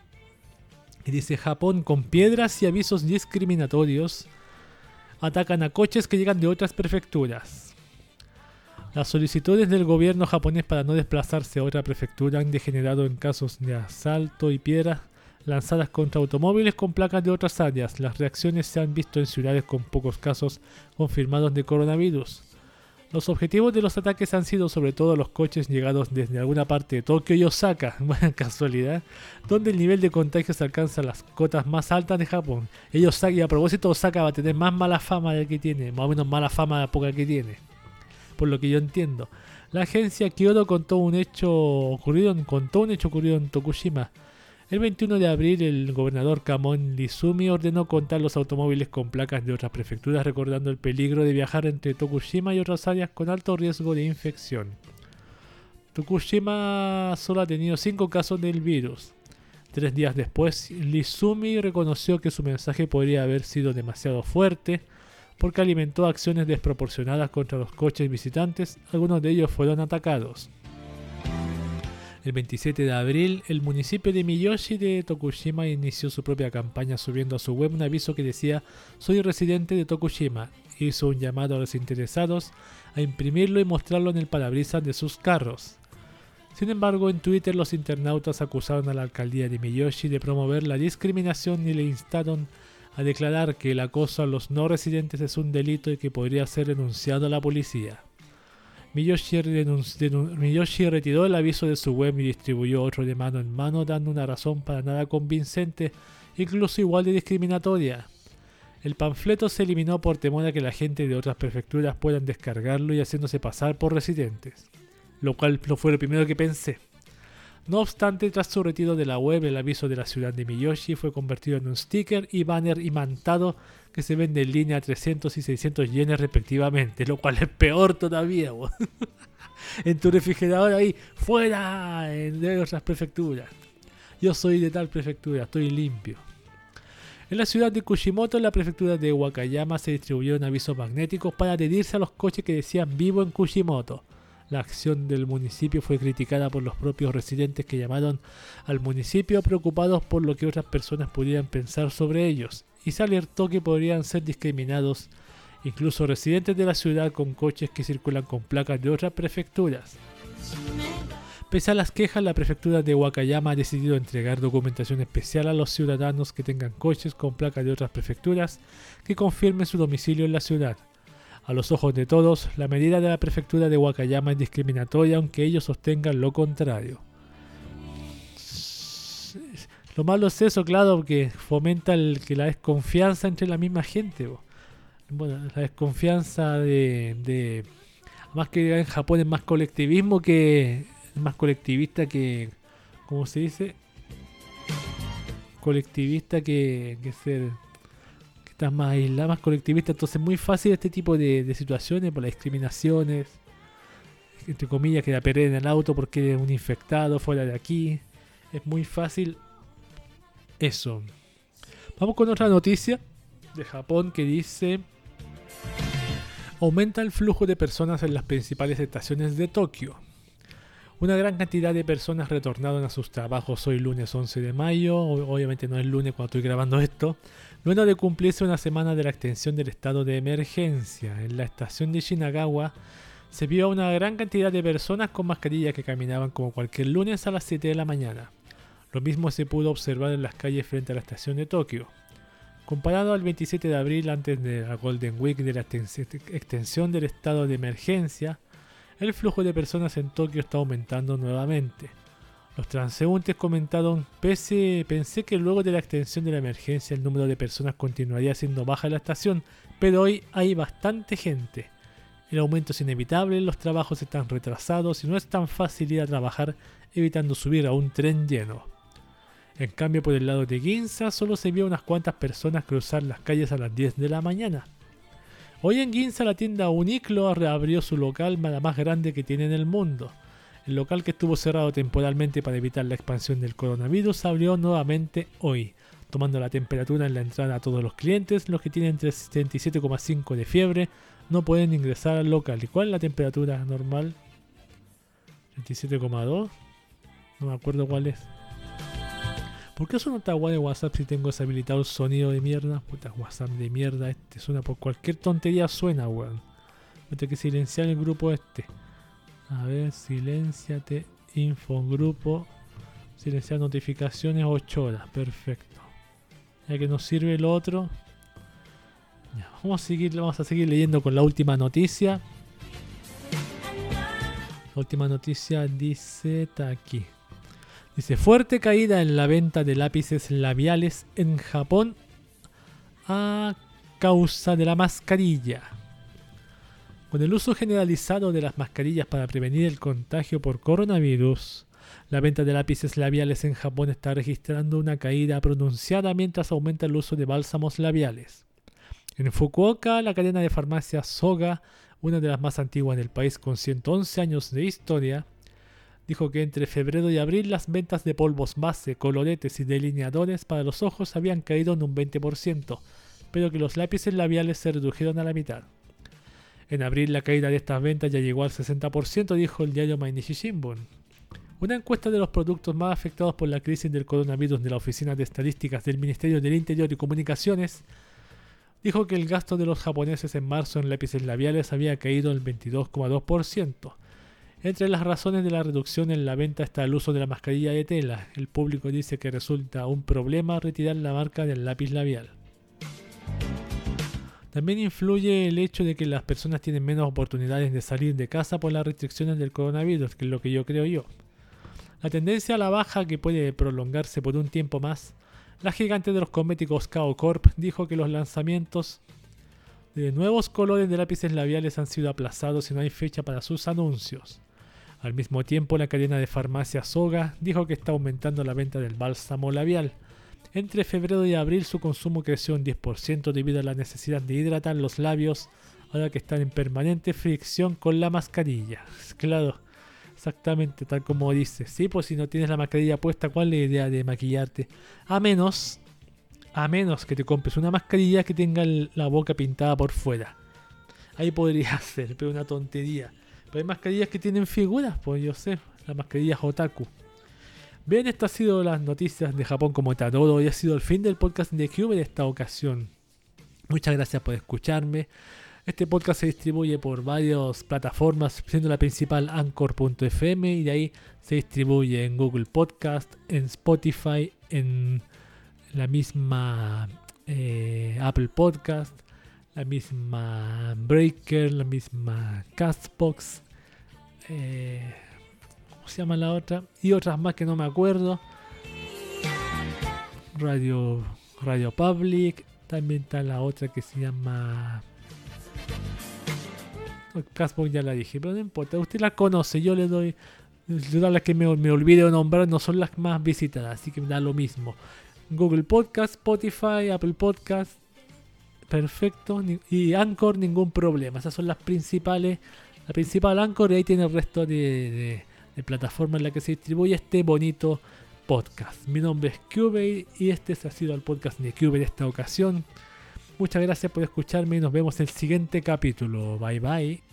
que dice: Japón con piedras y avisos discriminatorios atacan a coches que llegan de otras prefecturas. Las solicitudes del gobierno japonés para no desplazarse a otra prefectura han degenerado en casos de asalto y piedras lanzadas contra automóviles con placas de otras áreas. Las reacciones se han visto en ciudades con pocos casos confirmados de coronavirus. Los objetivos de los ataques han sido sobre todo los coches llegados desde alguna parte de Tokio y Osaka, buena casualidad, donde el nivel de contagios alcanza las cotas más altas de Japón. Y a propósito, Osaka va a tener más mala fama de la que tiene, más o menos mala fama de la poca que tiene, por lo que yo entiendo. La agencia Kyodo contó un hecho ocurrido en Tokushima. El 21 de abril, el gobernador Kamon Izumi ordenó contar los automóviles con placas de otras prefecturas, recordando el peligro de viajar entre Tokushima y otras áreas con alto riesgo de infección. Tokushima solo ha tenido 5 casos del virus. 3 días después, Izumi reconoció que su mensaje podría haber sido demasiado fuerte porque alimentó acciones desproporcionadas contra los coches visitantes. Algunos de ellos fueron atacados. El 27 de abril, el municipio de Miyoshi de Tokushima inició su propia campaña subiendo a su web un aviso que decía: "Soy residente de Tokushima". Hizo un llamado a los interesados a imprimirlo y mostrarlo en el parabrisas de sus carros. Sin embargo, en Twitter los internautas acusaron a la alcaldía de Miyoshi de promover la discriminación y le instaron a declarar que el acoso a los no residentes es un delito y que podría ser denunciado a la policía. Miyoshi retiró el aviso de su web y distribuyó otro de mano en mano, dando una razón para nada convincente, incluso igual de discriminatoria. El panfleto se eliminó por temor a que la gente de otras prefecturas puedan descargarlo y haciéndose pasar por residentes, lo cual no fue lo primero que pensé. No obstante, tras su retiro de la web, el aviso de la ciudad de Miyoshi fue convertido en un sticker y banner imantado que se vende en línea a 300 y 600 yenes respectivamente, lo cual es peor todavía. En tu refrigerador ahí, fuera de otras prefecturas. Yo soy de tal prefectura, estoy limpio. En la ciudad de Kushimoto, en la prefectura de Wakayama, se distribuyeron avisos magnéticos para adherirse a los coches que decían "Vivo en Kushimoto". La acción del municipio fue criticada por los propios residentes que llamaron al municipio preocupados por lo que otras personas pudieran pensar sobre ellos, y se alertó que podrían ser discriminados incluso residentes de la ciudad con coches que circulan con placas de otras prefecturas. Pese a las quejas, la prefectura de Wakayama ha decidido entregar documentación especial a los ciudadanos que tengan coches con placas de otras prefecturas que confirmen su domicilio en la ciudad. A los ojos de todos, la medida de la prefectura de Wakayama es discriminatoria, aunque ellos sostengan lo contrario. Lo malo es eso, claro, porque fomenta que la desconfianza entre la misma gente. Bueno, la desconfianza de Más que en Japón es más colectivismo que... más colectivista que... ¿cómo se dice? Colectivista que ser... que estás más aislado, más colectivista. Entonces es muy fácil este tipo de situaciones por las discriminaciones. Entre comillas, que la perder en el auto porque eres un infectado fuera de aquí. Es muy fácil eso. Vamos con otra noticia de Japón que dice: aumenta el flujo de personas en las principales estaciones de Tokio. Una gran cantidad de personas retornaron a sus trabajos hoy lunes 11 de mayo, obviamente no es lunes cuando estoy grabando esto, luego de cumplirse una semana de la extensión del estado de emergencia. En la estación de Shinagawa se vio a una gran cantidad de personas con mascarillas que caminaban como cualquier lunes a las 7 de la mañana. Lo mismo se pudo observar en las calles frente a la estación de Tokio. Comparado al 27 de abril, antes de la Golden Week de la extensión del estado de emergencia, el flujo de personas en Tokio está aumentando nuevamente. Los transeúntes comentaron: pensé que luego de la extensión de la emergencia el número de personas continuaría siendo baja en la estación, pero hoy hay bastante gente. El aumento es inevitable, los trabajos están retrasados y no es tan fácil ir a trabajar evitando subir a un tren lleno. En cambio, por el lado de Ginza solo se vio unas cuantas personas cruzar las calles a las 10 de la mañana. Hoy en Ginza la tienda Uniqlo reabrió su local, la más grande que tiene en el mundo. El local, que estuvo cerrado temporalmente para evitar la expansión del coronavirus, abrió nuevamente hoy, tomando la temperatura en la entrada a todos los clientes. Los que tienen entre 37,5 de fiebre no pueden ingresar al local. ¿Y cuál es la temperatura normal? 37,2. No me acuerdo cuál es. ¿Por qué suena esta guay de WhatsApp si tengo deshabilitado el sonido de mierda? Puta, WhatsApp de mierda este. Suena por cualquier tontería, suena, weón. Voy a tener que silenciar el grupo este. A ver, silénciate. Info, grupo. Silenciar notificaciones 8 horas. Perfecto. Ya que nos sirve el otro. Ya, vamos a seguir leyendo con la última noticia. La última noticia dice, está aquí. Dice: fuerte caída en la venta de lápices labiales en Japón a causa de la mascarilla. Con el uso generalizado de las mascarillas para prevenir el contagio por coronavirus, la venta de lápices labiales en Japón está registrando una caída pronunciada mientras aumenta el uso de bálsamos labiales. En Fukuoka, la cadena de farmacias Soga, una de las más antiguas del país con 111 años de historia, dijo que entre febrero y abril las ventas de polvos base, coloretes y delineadores para los ojos habían caído en un 20%, pero que los lápices labiales se redujeron a la mitad. En abril la caída de estas ventas ya llegó al 60%, dijo el diario Mainichi Shimbun. Una encuesta de los productos más afectados por la crisis del coronavirus de la Oficina de Estadísticas del Ministerio del Interior y Comunicaciones dijo que el gasto de los japoneses en marzo en lápices labiales había caído el 22,2%. Entre las razones de la reducción en la venta está el uso de la mascarilla de tela. El público dice que resulta un problema retirar la marca del lápiz labial. También influye el hecho de que las personas tienen menos oportunidades de salir de casa por las restricciones del coronavirus, que es lo que yo creo yo. La tendencia a la baja, que puede prolongarse por un tiempo más. La gigante de los cosméticos Kao Corp dijo que los lanzamientos de nuevos colores de lápices labiales han sido aplazados y no hay fecha para sus anuncios. Al mismo tiempo, la cadena de farmacia Soga dijo que está aumentando la venta del bálsamo labial. Entre febrero y abril su consumo creció un 10% debido a la necesidad de hidratar los labios ahora que están en permanente fricción con la mascarilla. Claro, exactamente tal como dice. Sí, pues si no tienes la mascarilla puesta, ¿cuál es la idea de maquillarte? A menos que te compres una mascarilla que tenga la boca pintada por fuera. Ahí podría ser, pero una tontería. Pero hay mascarillas que tienen figuras, pues yo sé, las mascarillas otaku. Bien, estas han sido las noticias de Japón como todo. Hoy ha sido el fin del podcast de Cube de esta ocasión. Muchas gracias por escucharme. Este podcast se distribuye por varias plataformas, siendo la principal Anchor.fm, y de ahí se distribuye en Google Podcast, en Spotify, en la misma Apple Podcast, la misma Breaker, la misma Castbox, ¿cómo se llama la otra? Y otras más que no me acuerdo. Radio Public, también está la otra que se llama Castbox ya la dije, pero no importa, usted la conoce, yo las que me olvido de nombrar no son las más visitadas, así que me da lo mismo. Google Podcast, Spotify, Apple Podcast, perfecto, y Anchor, ningún problema. Esas son las principales. La principal Anchor, y ahí tiene el resto de plataformas en la que se distribuye este bonito podcast. Mi nombre es Cube y este ha sido el podcast de Cube en esta ocasión. Muchas gracias por escucharme y nos vemos en el siguiente capítulo. Bye bye.